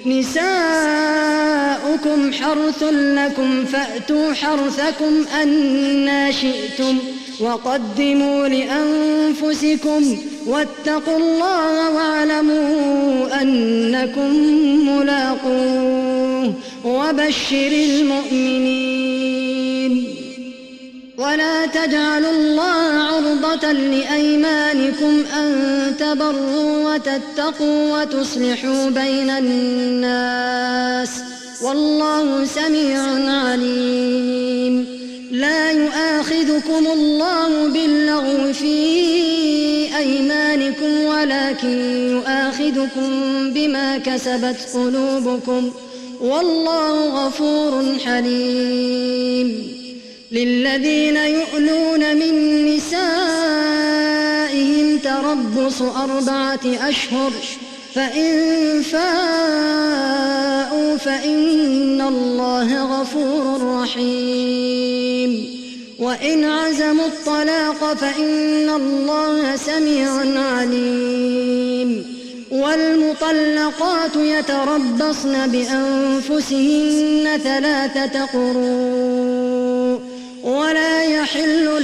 نساؤكم حرث لكم فأتوا حرثكم أنى شئتم وقدموا لأنفسكم واتقوا الله واعلموا أنكم ملاقوه وبشر المؤمنين. ولا تجعلوا الله عرضة لأيمانكم أن تبروا وتتقوا وتصلحوا بين الناس والله سميع عليم. لا يؤاخذكم الله باللغو في أيمانكم ولكن يؤاخذكم بما كسبت قلوبكم والله غفور حليم. للذين يؤلون من نسائهم تربص أربعة أشهر فإن فاءوا فإن الله غفور رحيم. وإن عزموا الطلاق فإن الله سميع عليم. والمطلقات يتربصن بأنفسهن ثلاثة قروء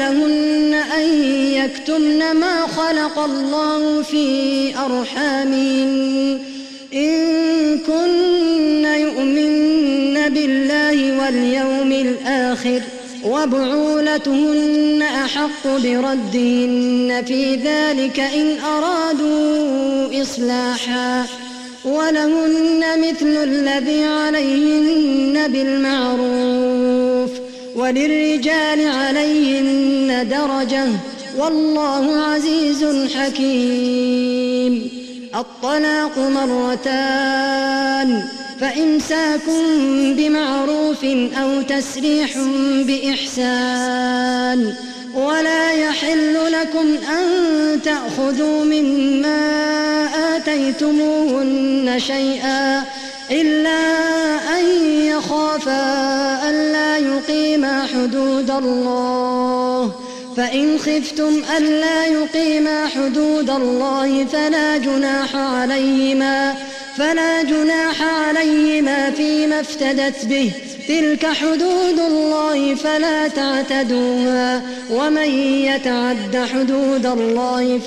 لهن أن يكتمن ما خلق الله في أرحامهن إن كن يؤمن بالله واليوم الآخر وبعولتهن أحق بردهن في ذلك إن أرادوا إصلاحا ولهن مثل الذي عليهن بالمعروف وللرجال عليهن درجة والله عزيز حكيم. الطلاق مرتان فإمساك بمعروف أو تسريح بإحسان ولا يحل لكم أن تأخذوا مما آتيتموهن شيئا إلا أن يخافا ألا يقيما حدود الله فإن خفتم ألا يقيما حدود الله فلا جناح عليهما فلا جناح عليهما فيما افتدت به تلك حدود الله فلا تعتدوها ومن يتعد حدود الله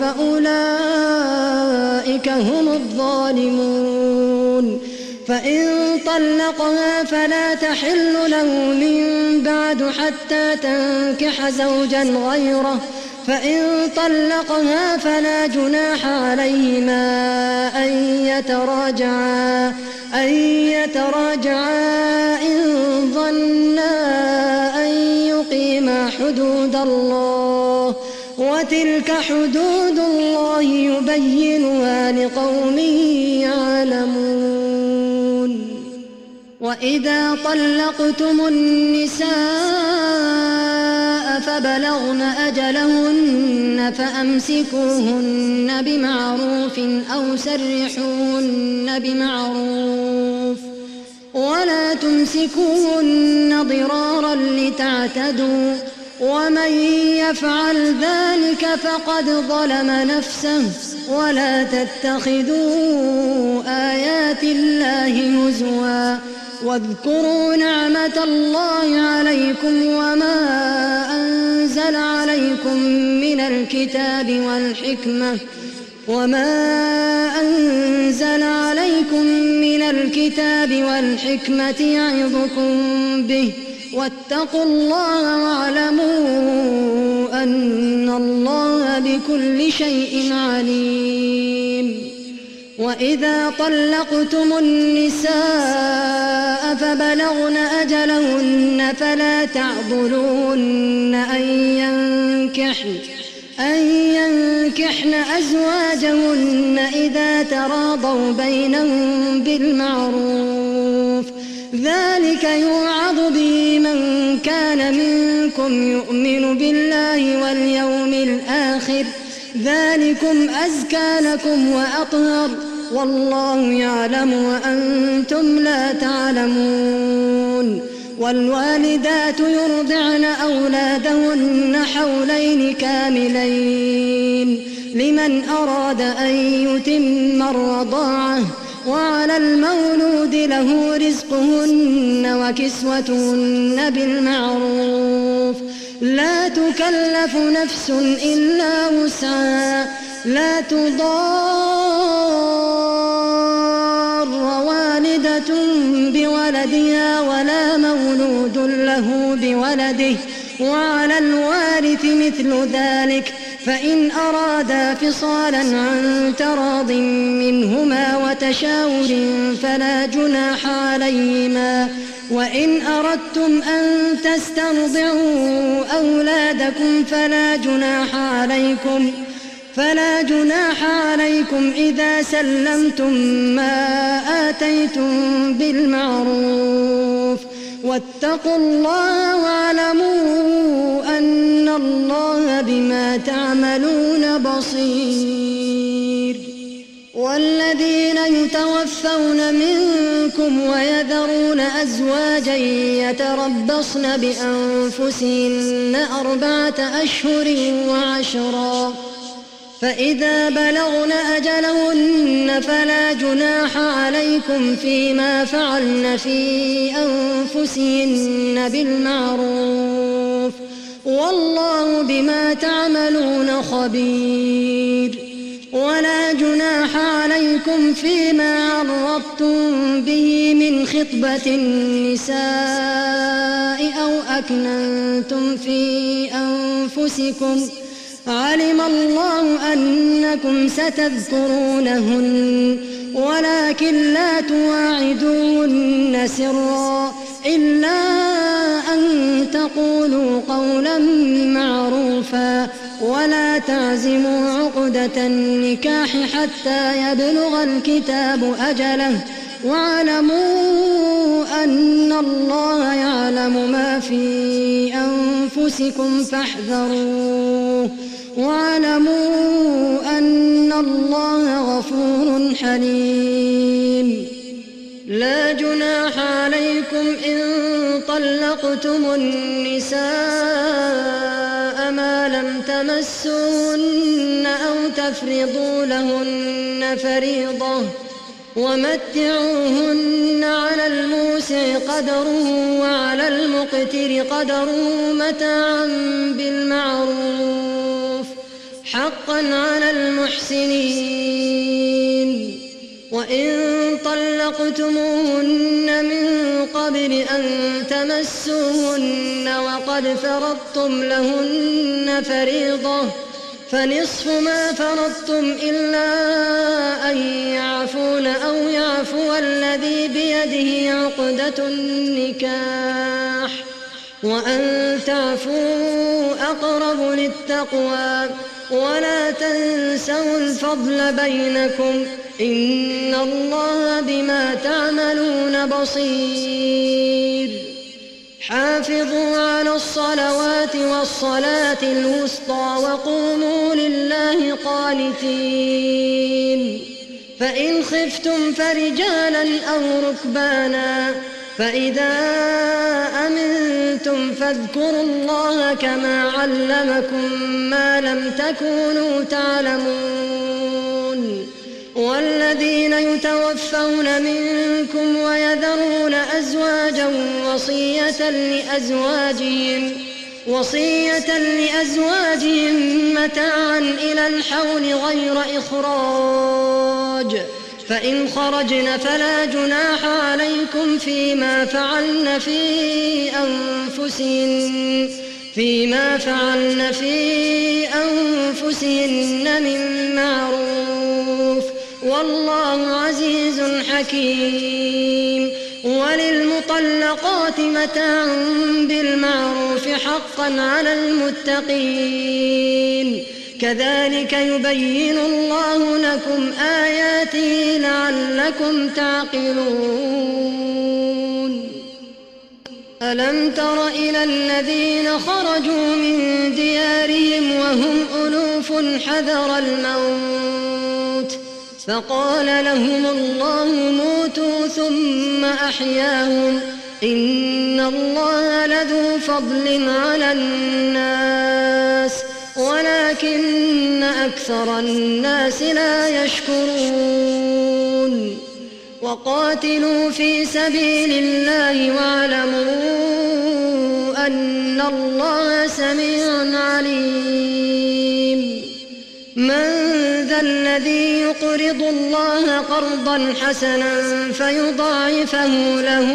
فأولئك هم الظالمون. فإن طلقها فلا تحل له من بعد حتى تنكح زوجا غيره فإن طلقها فلا جناح عليهما أن يتراجعا أن يتراجعا إن ظنا أن يقيما حدود الله وتلك حدود الله يبينها لقوم يعلمون. وإذا طلقتم النساء فبلغن أجلهن فأمسكوهن بمعروف أو سرحوهن بمعروف ولا تمسكوهن ضرارا لتعتدوا ومن يفعل ذلك فقد ظلم نفسه ولا تتخذوا آيات الله هزوا واذكروا نعمة الله عليكم وما أنزل عليكم من الكتاب والحكمة وما أنزل عليكم من الكتاب والحكمة يعظكم به واتقوا الله واعلموا أن الله بكل شيء عليم. وإذا طلقتم النساء فبلغن أجلهن فلا تعضلوهن أن ينكحن أن ينكحن أزواجهن إذا تراضوا بينهم بالمعروف ذلك يوعظ به من كان منكم يؤمن بالله واليوم الآخر ذلكم أزكى لكم وأطهر والله يعلم وأنتم لا تعلمون. والوالدات يرضعن أولادهن حولين كاملين لمن أراد أن يتم الرضاعة وعلى المولود له رزقهن وكسوتهن بالمعروف لا تكلف نفس إلا وسعها لا تضار والدة بولدها ولا مولود له بولده وعلى الوارث مثل ذلك فإن أرادا فصالا عن تراض منهما وتشاور فلا جناح عليهما. وإن أردتم أن تسترضعوا أولادكم فلا جناح عليكم فلا جناح عليكم إذا سلمتم ما آتيتم بالمعروف واتقوا الله واعلموا أن الله بما تعملون بصير. والذين يتوفون منكم ويذرون أزواجا يتربصن بأنفسهن أربعة أشهر وعشرا فإذا بلغن أجلهن فلا جناح عليكم فيما فعلن في أنفسهن بالمعروف والله بما تعملون خبير. ولا جناح عليكم فيما عرضتم به من خطبة النساء أو أكننتم في أنفسكم، علم الله أنكم ستذكرونهن ولكن لا تواعدوهن سرا إلا أن تقولوا قولا معروفا، ولا تعزموا عقدة النكاح حتى يبلغ الكتاب أجله، واعلموا أن الله يعلم ما في أنفسكم فاحذروه، واعلموا أن الله غفور حليم. لا جناح عليكم إن طلقتم النساء ما لم تمسوهن أو تفرضوا لهن فريضة، ومتعوهن على الموسع قدره وعلى المقتر قدره متاعا بالمعروف حقا على المحسنين. وإن طلقتموهن من قبل أن تمسوهن وقد فرضتم لهن فريضة فنصف ما فرضتم إلا أن يعفون أو يعفو الذي بيده عقدة النكاح، وأن تعفوا أقرب للتقوى، ولا تنسوا الفضل بينكم، إن الله بما تعملون بصير. حافظوا على الصلوات والصلاة الوسطى وقوموا لله قانتين. فإن خفتم فرجالا أو ركبانا، فإذا أمنتم فاذكروا الله كما علمكم ما لم تكونوا تعلمون. والذين يتوفون منكم ويذرون أزواجا وصية لأزواجهم وصية لأزواجهم متاعا إلى الحول غير إخراج، فإن خرجن فلا جناح عليكم فيما فعلن في أنفسهن فيما فعلن في أنفسهن من معروف، والله عزيز حكيم. وللمطلقات متاع بالمعروف حقا على المتقين، كذلك يبين الله لكم آياته لعلكم تعقلون. ألم تر إلى الذين خرجوا من ديارهم وهم ألوف حذر الموت فقال لهم الله موتوا ثم أحياهم، إن الله لذو فضل على الناس ولكن أكثر الناس لا يشكرون. وقاتلوا في سبيل الله واعلموا أن الله سميع عليم. من ذا الذي يقرض الله قرضا حسنا فيضاعفه له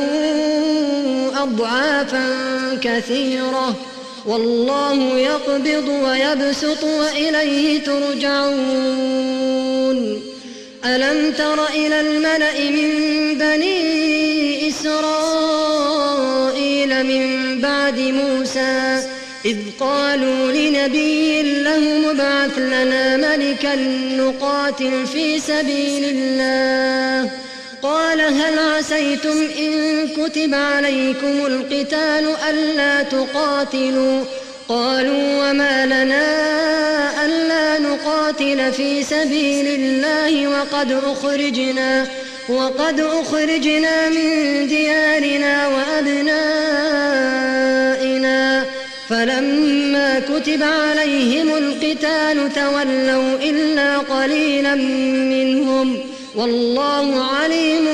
أضعافا كثيرة، والله يقبض ويبسط وإليه ترجعون. ألم تر إلى الملأ من بني إسرائيل من بعد موسى إذ قالوا لنبي له ابعث لنا ملكا نقاتل في سبيل الله، قال هل عسيتم إن كتب عليكم القتال ألا تقاتلوا؟ قالوا وما لنا ألا نقاتل في سبيل الله وقد أخرجنا وقد أخرجنا من ديارنا وأبنائنا. فلما كتب عليهم القتال تولوا إلا قليلا منهم، والله عليم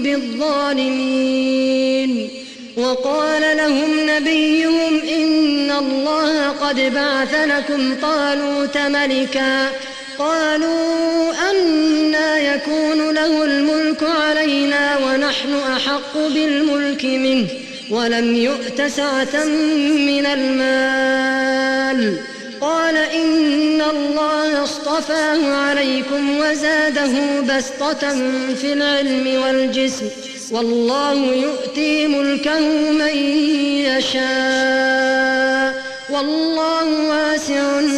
بالظالمين. وقال لهم نبيهم إن الله قد بعث لكم طالوت ملكا قالوا أنى يكون له الملك علينا ونحن أحق بالملك منه ولم يؤت سعة من المال قال إن الله اصطفاه عليكم وزاده بسطة في العلم والجسم والله يؤتي ملكه من يشاء والله واسع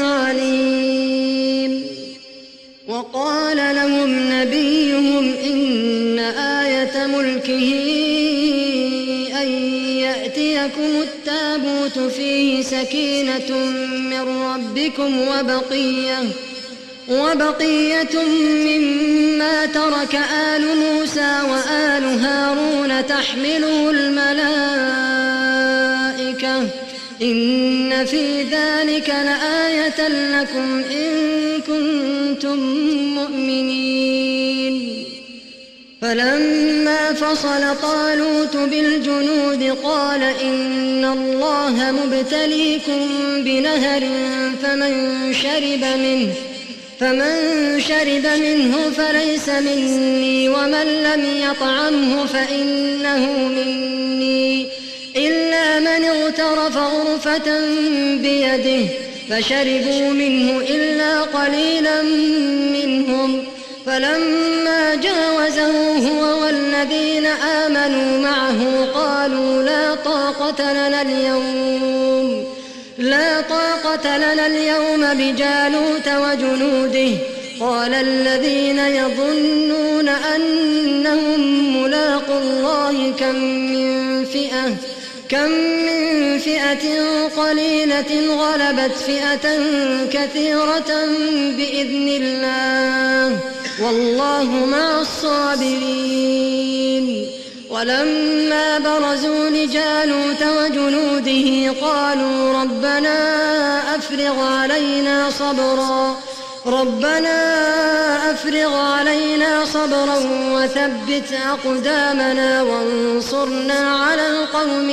عليم. وقال لهم نبيهم إن آية ملكه أن يأتيكم التابوت فيه سكينة من ربكم وبقية وبقية مما ترك آل موسى وآل هارون تحمله الملائكة إن في ذلك لآية لكم إن كنتم مؤمنين. فلما فصل طالوت بالجنود قال إن الله مبتليكم بنهر فمن شرب منه فمن شرب منه فليس مني ومن لم يطعمه فإنه مني إلا من اغترف غرفة بيده فشربوا منه إلا قليلا منهم فلما جاوزه هو والذين آمنوا معه قالوا لا طاقة لنا اليوم لا طاقة لنا اليوم بجالوت وجنوده قال الذين يظنون أنهم ملاقو الله كم من فئة كم من فئة قليلة غلبت فئة كثيرة بإذن الله والله مع الصابرين. ولما برزوا لجالوت وجنوده قالوا ربنا أفرغ علينا صبرا ربنا أفرغ علينا صبرا وثبت أقدامنا وانصرنا على القوم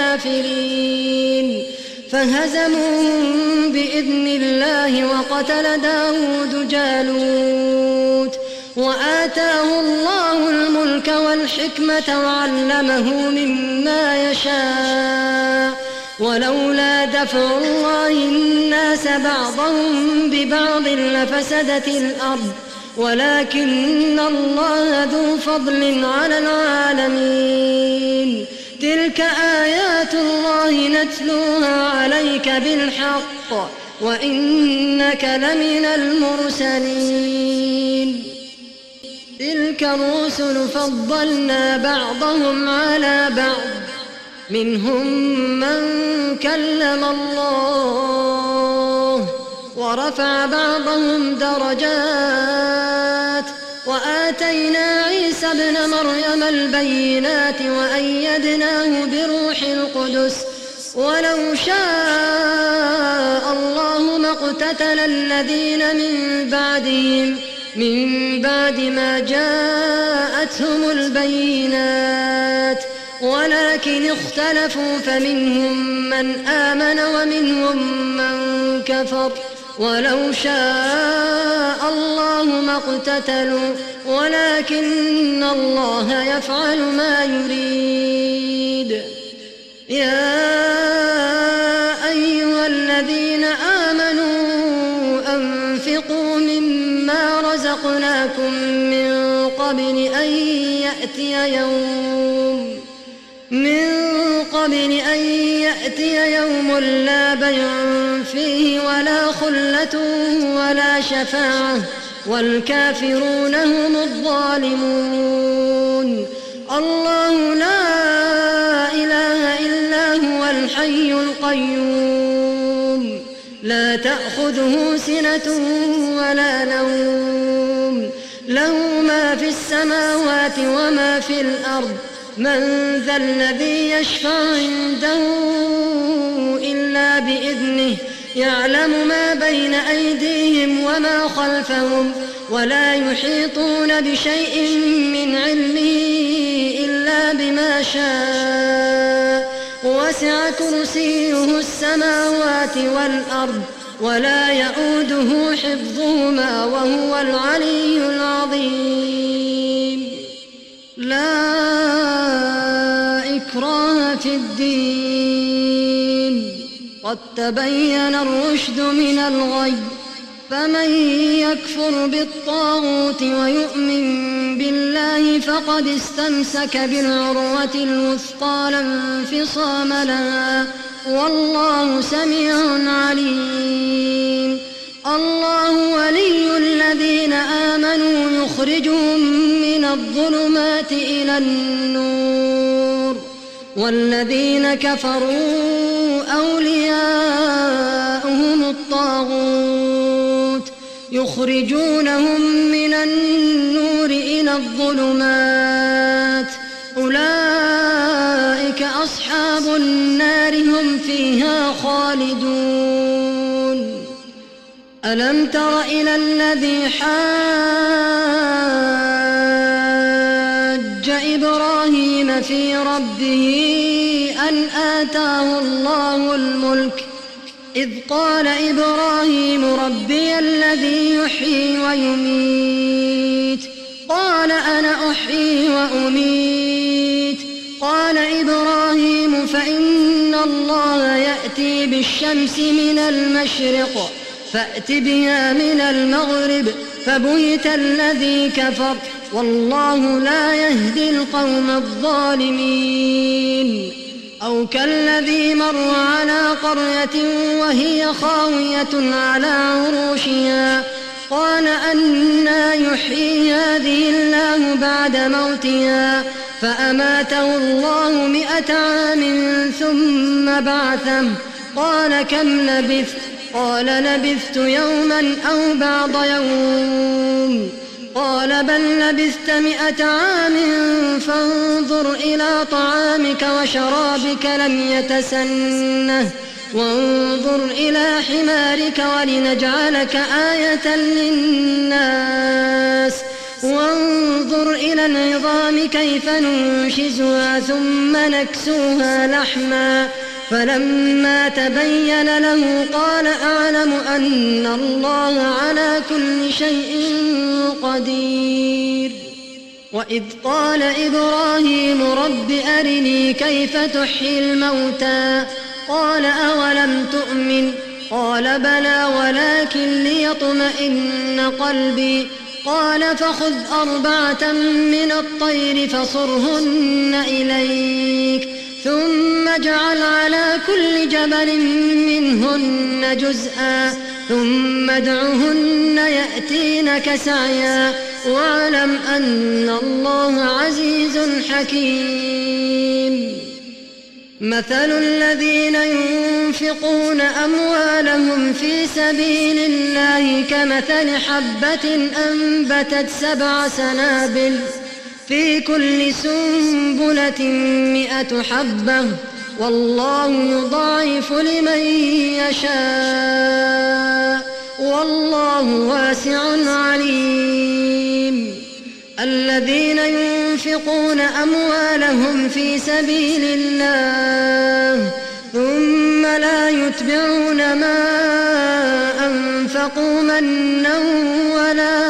الكافرين فهزموهم بإذن الله وقتل داود جالوت وآتاه الله الملك والحكمة وعلمه مما يشاء ولولا دفع الله الناس بعضهم ببعض لفسدت الأرض ولكن الله ذو فضل على العالمين. تلك آيات الله نتلوها عليك بالحق وإنك لمن المرسلين. تلك الرسل فضلنا بعضهم على بعض منهم من كلم الله ورفع بعضهم درجات وآتينا عيسى ابن مريم البينات وأيدناه بروح القدس ولو شاء الله ما اقتتل الذين من بعدهم من بعد ما جاءتهم البينات ولكن اختلفوا فمنهم من آمن ومنهم من كفر ولو شاء الله ما اقتتلوا ولكن الله يفعل ما يريد. يا أيها الذين آمنوا أنفقوا مما رزقناكم من قبل أن يأتي يوم من قبل أن يأتي يوم لا بيع فيه ولا خلة ولا شفاعة والكافرون هم الظالمون. الله لا إله إلا هو الحي القيوم لا تأخذه سنة ولا نوم له ما في السماوات وما في الأرض من ذا الذي يشفع عنده إلا بإذنه يعلم ما بين أيديهم وما خلفهم ولا يحيطون بشيء من علمه إلا بما شاء وسع كرسيه السماوات والأرض ولا يؤوده حفظهما وهو العلي العظيم. لا إكراه في الدين، قد تبين الرشد من الغي، فمن يكفر بالطاغوت ويؤمن بالله فقد استمسك بالعروة الوثقى لا انفصام لها، والله سميع عليم. الله ولي الذين آمنوا يخرجهم من الظلمات إلى النور، والذين كفروا أولياؤهم الطاغوت يخرجونهم من النور إلى الظلمات، أولئك أصحاب النار هم فيها خالدون. ألم تر إلى الذي حاج إبراهيم في ربه أن آتاه الله الملك، إذ قال إبراهيم ربي الذي يحيي ويميت، قال أنا أحيي وأميت. قال إبراهيم فإن الله يأتي بالشمس من المشرق فأت بها من المغرب، فبهت الذي كفر والله لا يهدي القوم الظالمين. أو كالذي مر على قرية وهي خاوية على عروشها، قال أنى يحيي هذه الله بعد موتها، فأماته الله مئة عام ثم بعثه، قال كم لبثت؟ قال لبثت يوما أو بعض يوم، قال بل لبثت مئة عام فانظر إلى طعامك وشرابك لم يتسنه، وانظر إلى حمارك ولنجعلك آية للناس، وانظر إلى العظام كيف ننشزها ثم نكسوها لحما، فلما تبين له قال أعلم أن الله على كل شيء قدير. وإذ قال إبراهيم رب أرني كيف تحيي الموتى، قال أولم تؤمن؟ قال بلى ولكن ليطمئن قلبي، قال فخذ أربعة من الطير فصرهن إليك، ثم اجعل على كل جبل منهن جزءا، ثم ادعهن يأتينك سعيا، واعلم أن الله عزيز حكيم. مثل الذين ينفقون أموالهم في سبيل الله كمثل حبة أنبتت سبع سنابل في كل سنبلة مئة حبة، والله يضاعف لمن يشاء، والله واسع عليم. الذين ينفقون أموالهم في سبيل الله ثم لا يتبعون ما أنفقوا منا ولا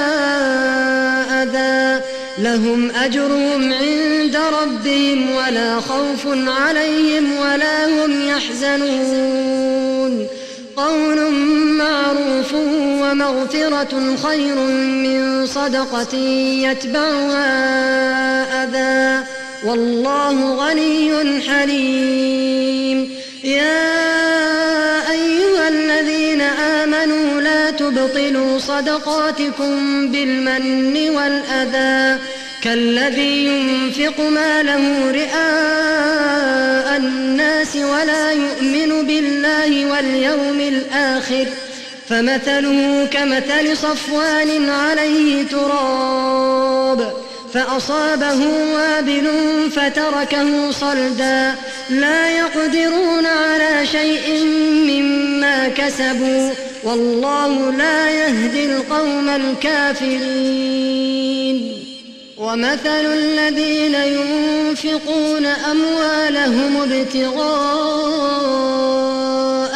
أذى لهم أجرهم عند ربهم ولا خوف عليهم ولا هم يحزنون. قول معروف ومغفرة خير من صدقة يتبعها أذى، والله غني حليم. يا أيها الذين آمنوا لا تبطلوا صدقاتكم بالمن والأذى كالذي ينفق ماله رئاء الناس ولا يؤمن بالله واليوم الآخر، فمثله كمثل صفوان عليه تراب فأصابه وابل فتركه صلدا، لا يقدرون على شيء مما كسبوا، والله لا يهدي القوم الكافرين. ومثل الذين ينفقون أموالهم ابتغاء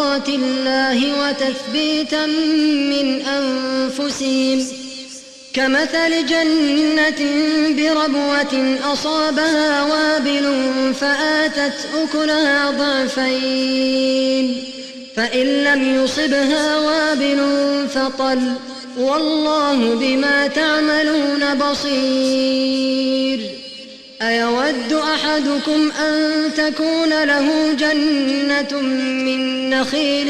مرضات الله وتثبيتا من أنفسهم، كمثل جنة بربوة أصابها وابل فآتت أكلها ضعفين، فإن لم يصبها وابل فطل، والله بما تعملون بصير. أيود أحدكم أن تكون له جنة من نخيل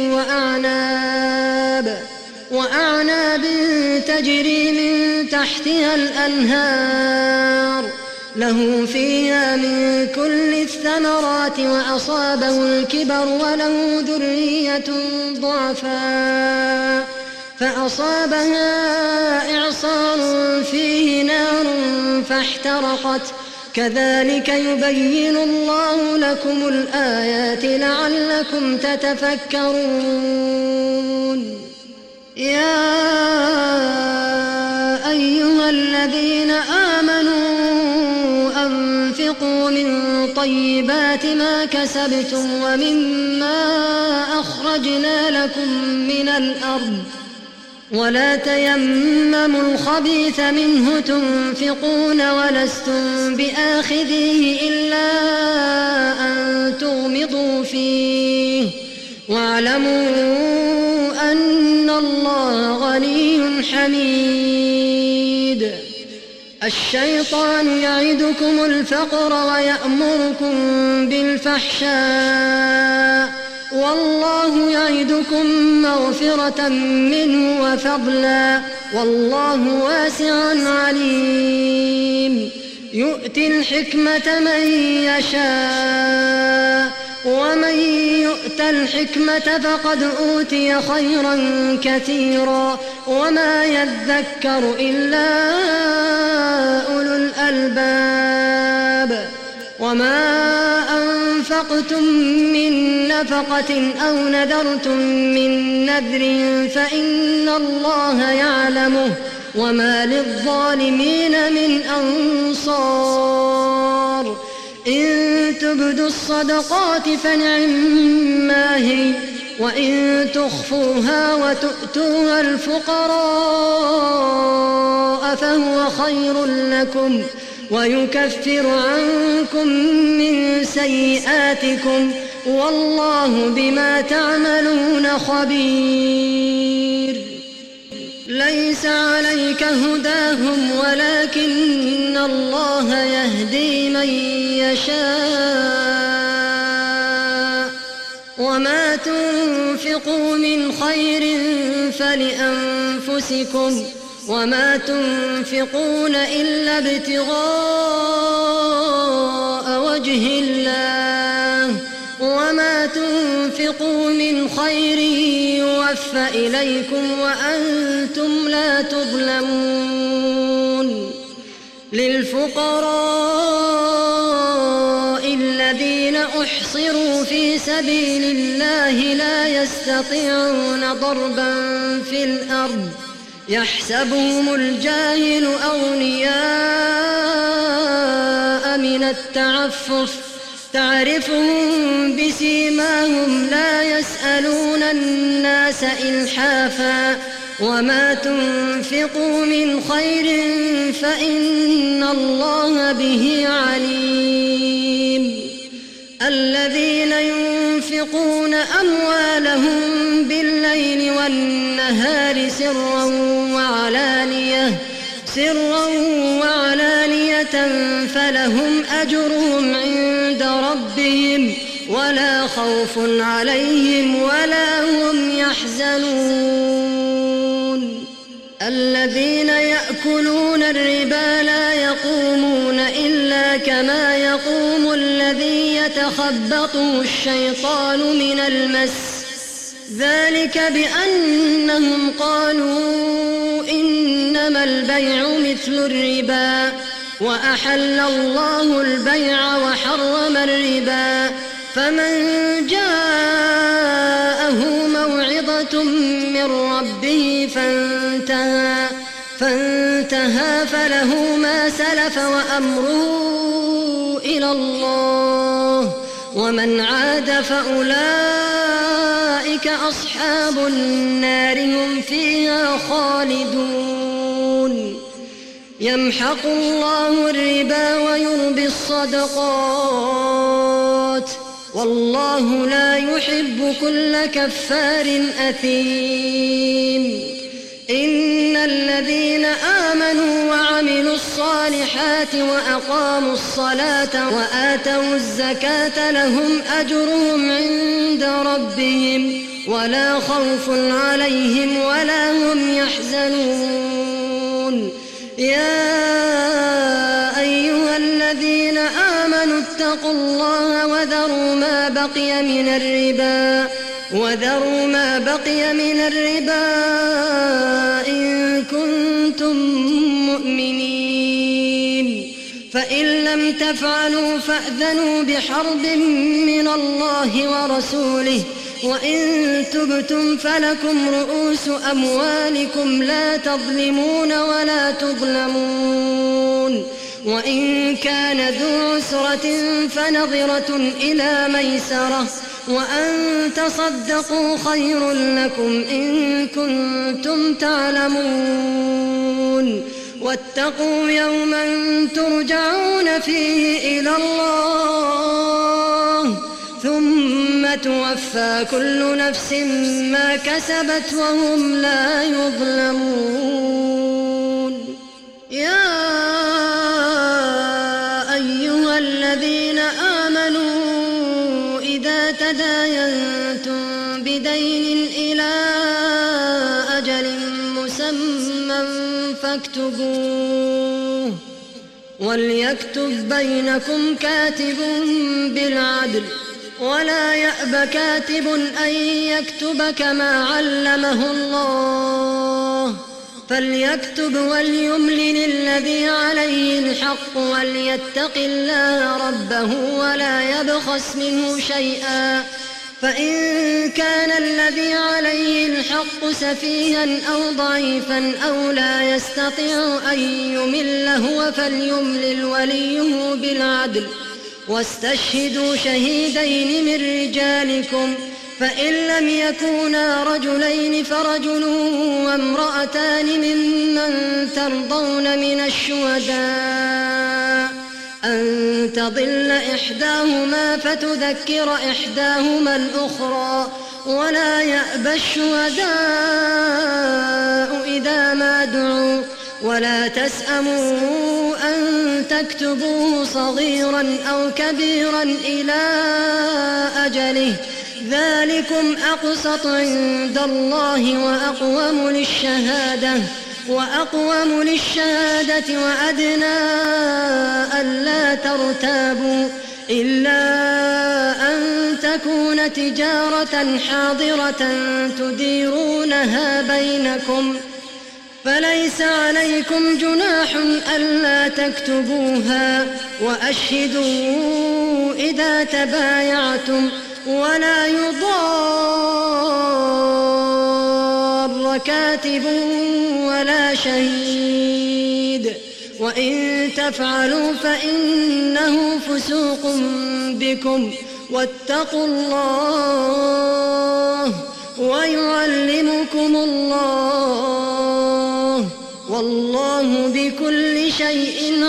وأعناب وأعناب تجري من تحتها الأنهار، له فيها من كل الثمرات وأصابه الكبر وله ذرية ضعفاء فأصابها إعصار فيه نار فاحترقت، كذلك يبين الله لكم الآيات لعلكم تتفكرون. يا أيها الذين آمنوا أنفقوا من طيبات ما كسبتم ومما أخرجنا لكم من الأرض، ولا تيمموا الخبيث منه تنفقون ولستم بآخذيه إلا أن تغمضوا فيه، واعلموا أن الله غني حميد. الشيطان يعدكم الفقر ويأمركم بالفحشاء، والله يعدكم مغفرة منه وفضلا، والله واسع عليم. يؤتي الحكمة من يشاء، ومن يؤت الحكمة فقد أوتي خيرا كثيرا، وما يذكر إلا أولو الألباب. وما أنفقتم من نفقة أو نذرتم من نذر فإن الله يعلمه، وما للظالمين من أنصار. إن تبدوا الصدقات فنعما هي، وإن تخفوها وتؤتوها الفقراء فهو خير لكم، ويكفر عنكم من سيئاتكم، والله بما تعملون خبير. ليس عليك هداهم ولكن الله يهدي من يشاء، وما تنفقوا من خير فلأنفسكم، وما تنفقون إلا ابتغاء وجه الله، وما تنفقوا من خير يوفى إليكم وأنتم لا تظلمون. للفقراء الذين أحصروا في سبيل الله لا يستطيعون ضربا في الأرض يحسبهم الجاهل أغنياء من التعفف، تعرفهم بسيماهم لا يسألون الناس إلحافا، وما تنفقوا من خير فإن الله به عليم. الذين ينفقون أموالهم بالليل والنهار سرا وعلانية سرا وعلانية فلهم أجرهم عند ربهم ولا خوف عليهم ولا هم يحزنون. الذين يأكلون الربا لا يقومون إلا كما يقوم الذي يتخبطه الشيطان من المس، ذلك بأنهم قالوا إنما البيع مثل الربا، وأحل الله البيع وحرم الربا. فمن جاءه موعظة من ربه فانتهى فانتهى فله ما سلف وأمره إلى الله ومن عاد فأولئك أصحاب النار هم فيها خالدون. يمحق الله الربا ويربي الصدقات والله لا يحب كل كفار أثيم. إن الذين آمنوا وعملوا الصالحات وأقاموا الصلاة وآتوا الزكاة لهم أجرهم عند ربهم ولا خوف عليهم ولا هم يحزنون. يا أيها الذين آمنوا اتقوا الله وذروا ما بقي من الربا وذروا ما بقي من الربا إن كنتم مؤمنين. فإن لم تفعلوا فأذنوا بحرب من الله ورسوله وإن تبتم فلكم رؤوس أموالكم لا تظلمون ولا تظلمون. وإن كان ذو عسرة فنظرة إلى ميسرة وأن تصدقوا خير لكم إن كنتم تعلمون. واتقوا يوما ترجعون فيه إلى الله ثم توفى كل نفس ما كسبت وهم لا يظلمون. يا أيها الذين آمنوا إذا تداينتم بدين إلى أجل مسمى فاكتبوه وليكتب بينكم كاتب بالعدل ولا يأب كاتب أن يكتب كما علمه الله فليكتب وليملل الذي عليه الحق وليتق الله ربه ولا يبخس منه شيئا. فإن كان الذي عليه الحق سفيها أو ضعيفا أو لا يستطيع أن يمل هو فليملل وليه بالعدل واستشهدوا شهيدين من رجالكم فإن لم يكونا رجلين فرجل وامرأتان ممن ترضون من الشهداء أن تضل إحداهما فتذكر إحداهما الأخرى ولا يأبى الشهداء إذا ما دعوا ولا تسأموا أن تكتبوه صغيرا أو كبيرا إلى أجله ذلكم أقسط عند الله وأقوم للشهادة وأقوم للشهادة وأدنى ألا ترتابوا إلا أن تكون تجارة حاضرة تديرونها بينكم فليس عليكم جناح ألا تكتبوها وأشهدوا إذا تبايعتم ولا يضار كاتب ولا شهيد وإن تفعلوا فإنه فسوق بكم واتقوا الله ويعلمكم الله والله بكل شيء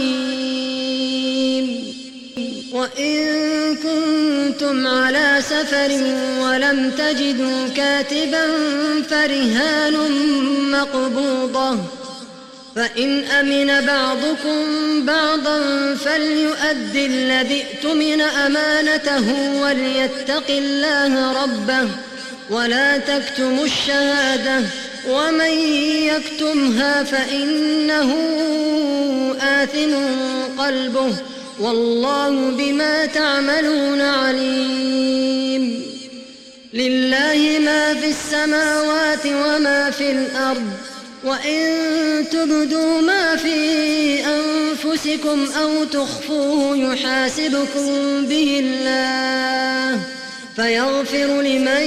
عليم. وإن كنتم على سفر ولم تجدوا كاتبا فرهان مقبوضة فإن أمن بعضكم بعضا فليؤد الذي اؤتمن أمانته وليتق الله ربه ولا تكتموا الشهادة ومن يكتمها فإنه آثم قلبه والله بما تعملون عليم. لله ما في السماوات وما في الأرض وإن تبدوا ما في أنفسكم أو تخفوه يحاسبكم به الله فيغفر لمن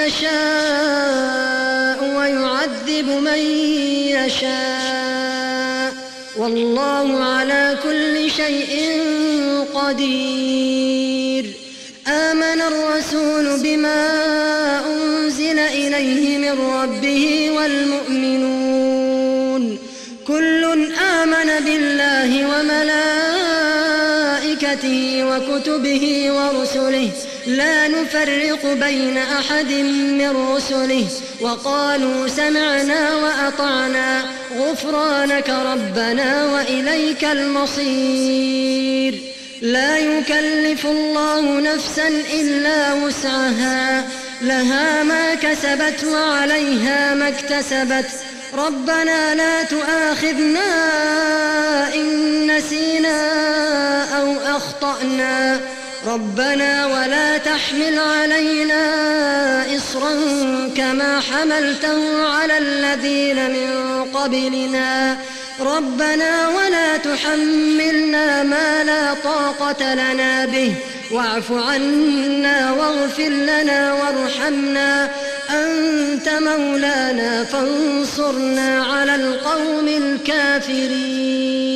يشاء ويعذب من يشاء والله على كل شيء قدير. آمن الرسول بما أنزل إليه من ربه والمؤمنون كل آمن بالله وملائكته وكتبه ورسله لا نفرق بين أحد من رسله وقالوا سمعنا وأطعنا غفرانك ربنا وإليك المصير لا يكلف الله نفسا إلا وسعها لها ما كسبت وعليها ما اكتسبت ربنا لا تؤاخذنا إن نسينا أو أخطأنا ربنا ولا تحمل علينا إصرا كما حملته على الذين من قبلنا ربنا ولا تحملنا ما لا طاقة لنا به واعف عنا واغفر لنا وارحمنا أنت مولانا فانصرنا على القوم الكافرين.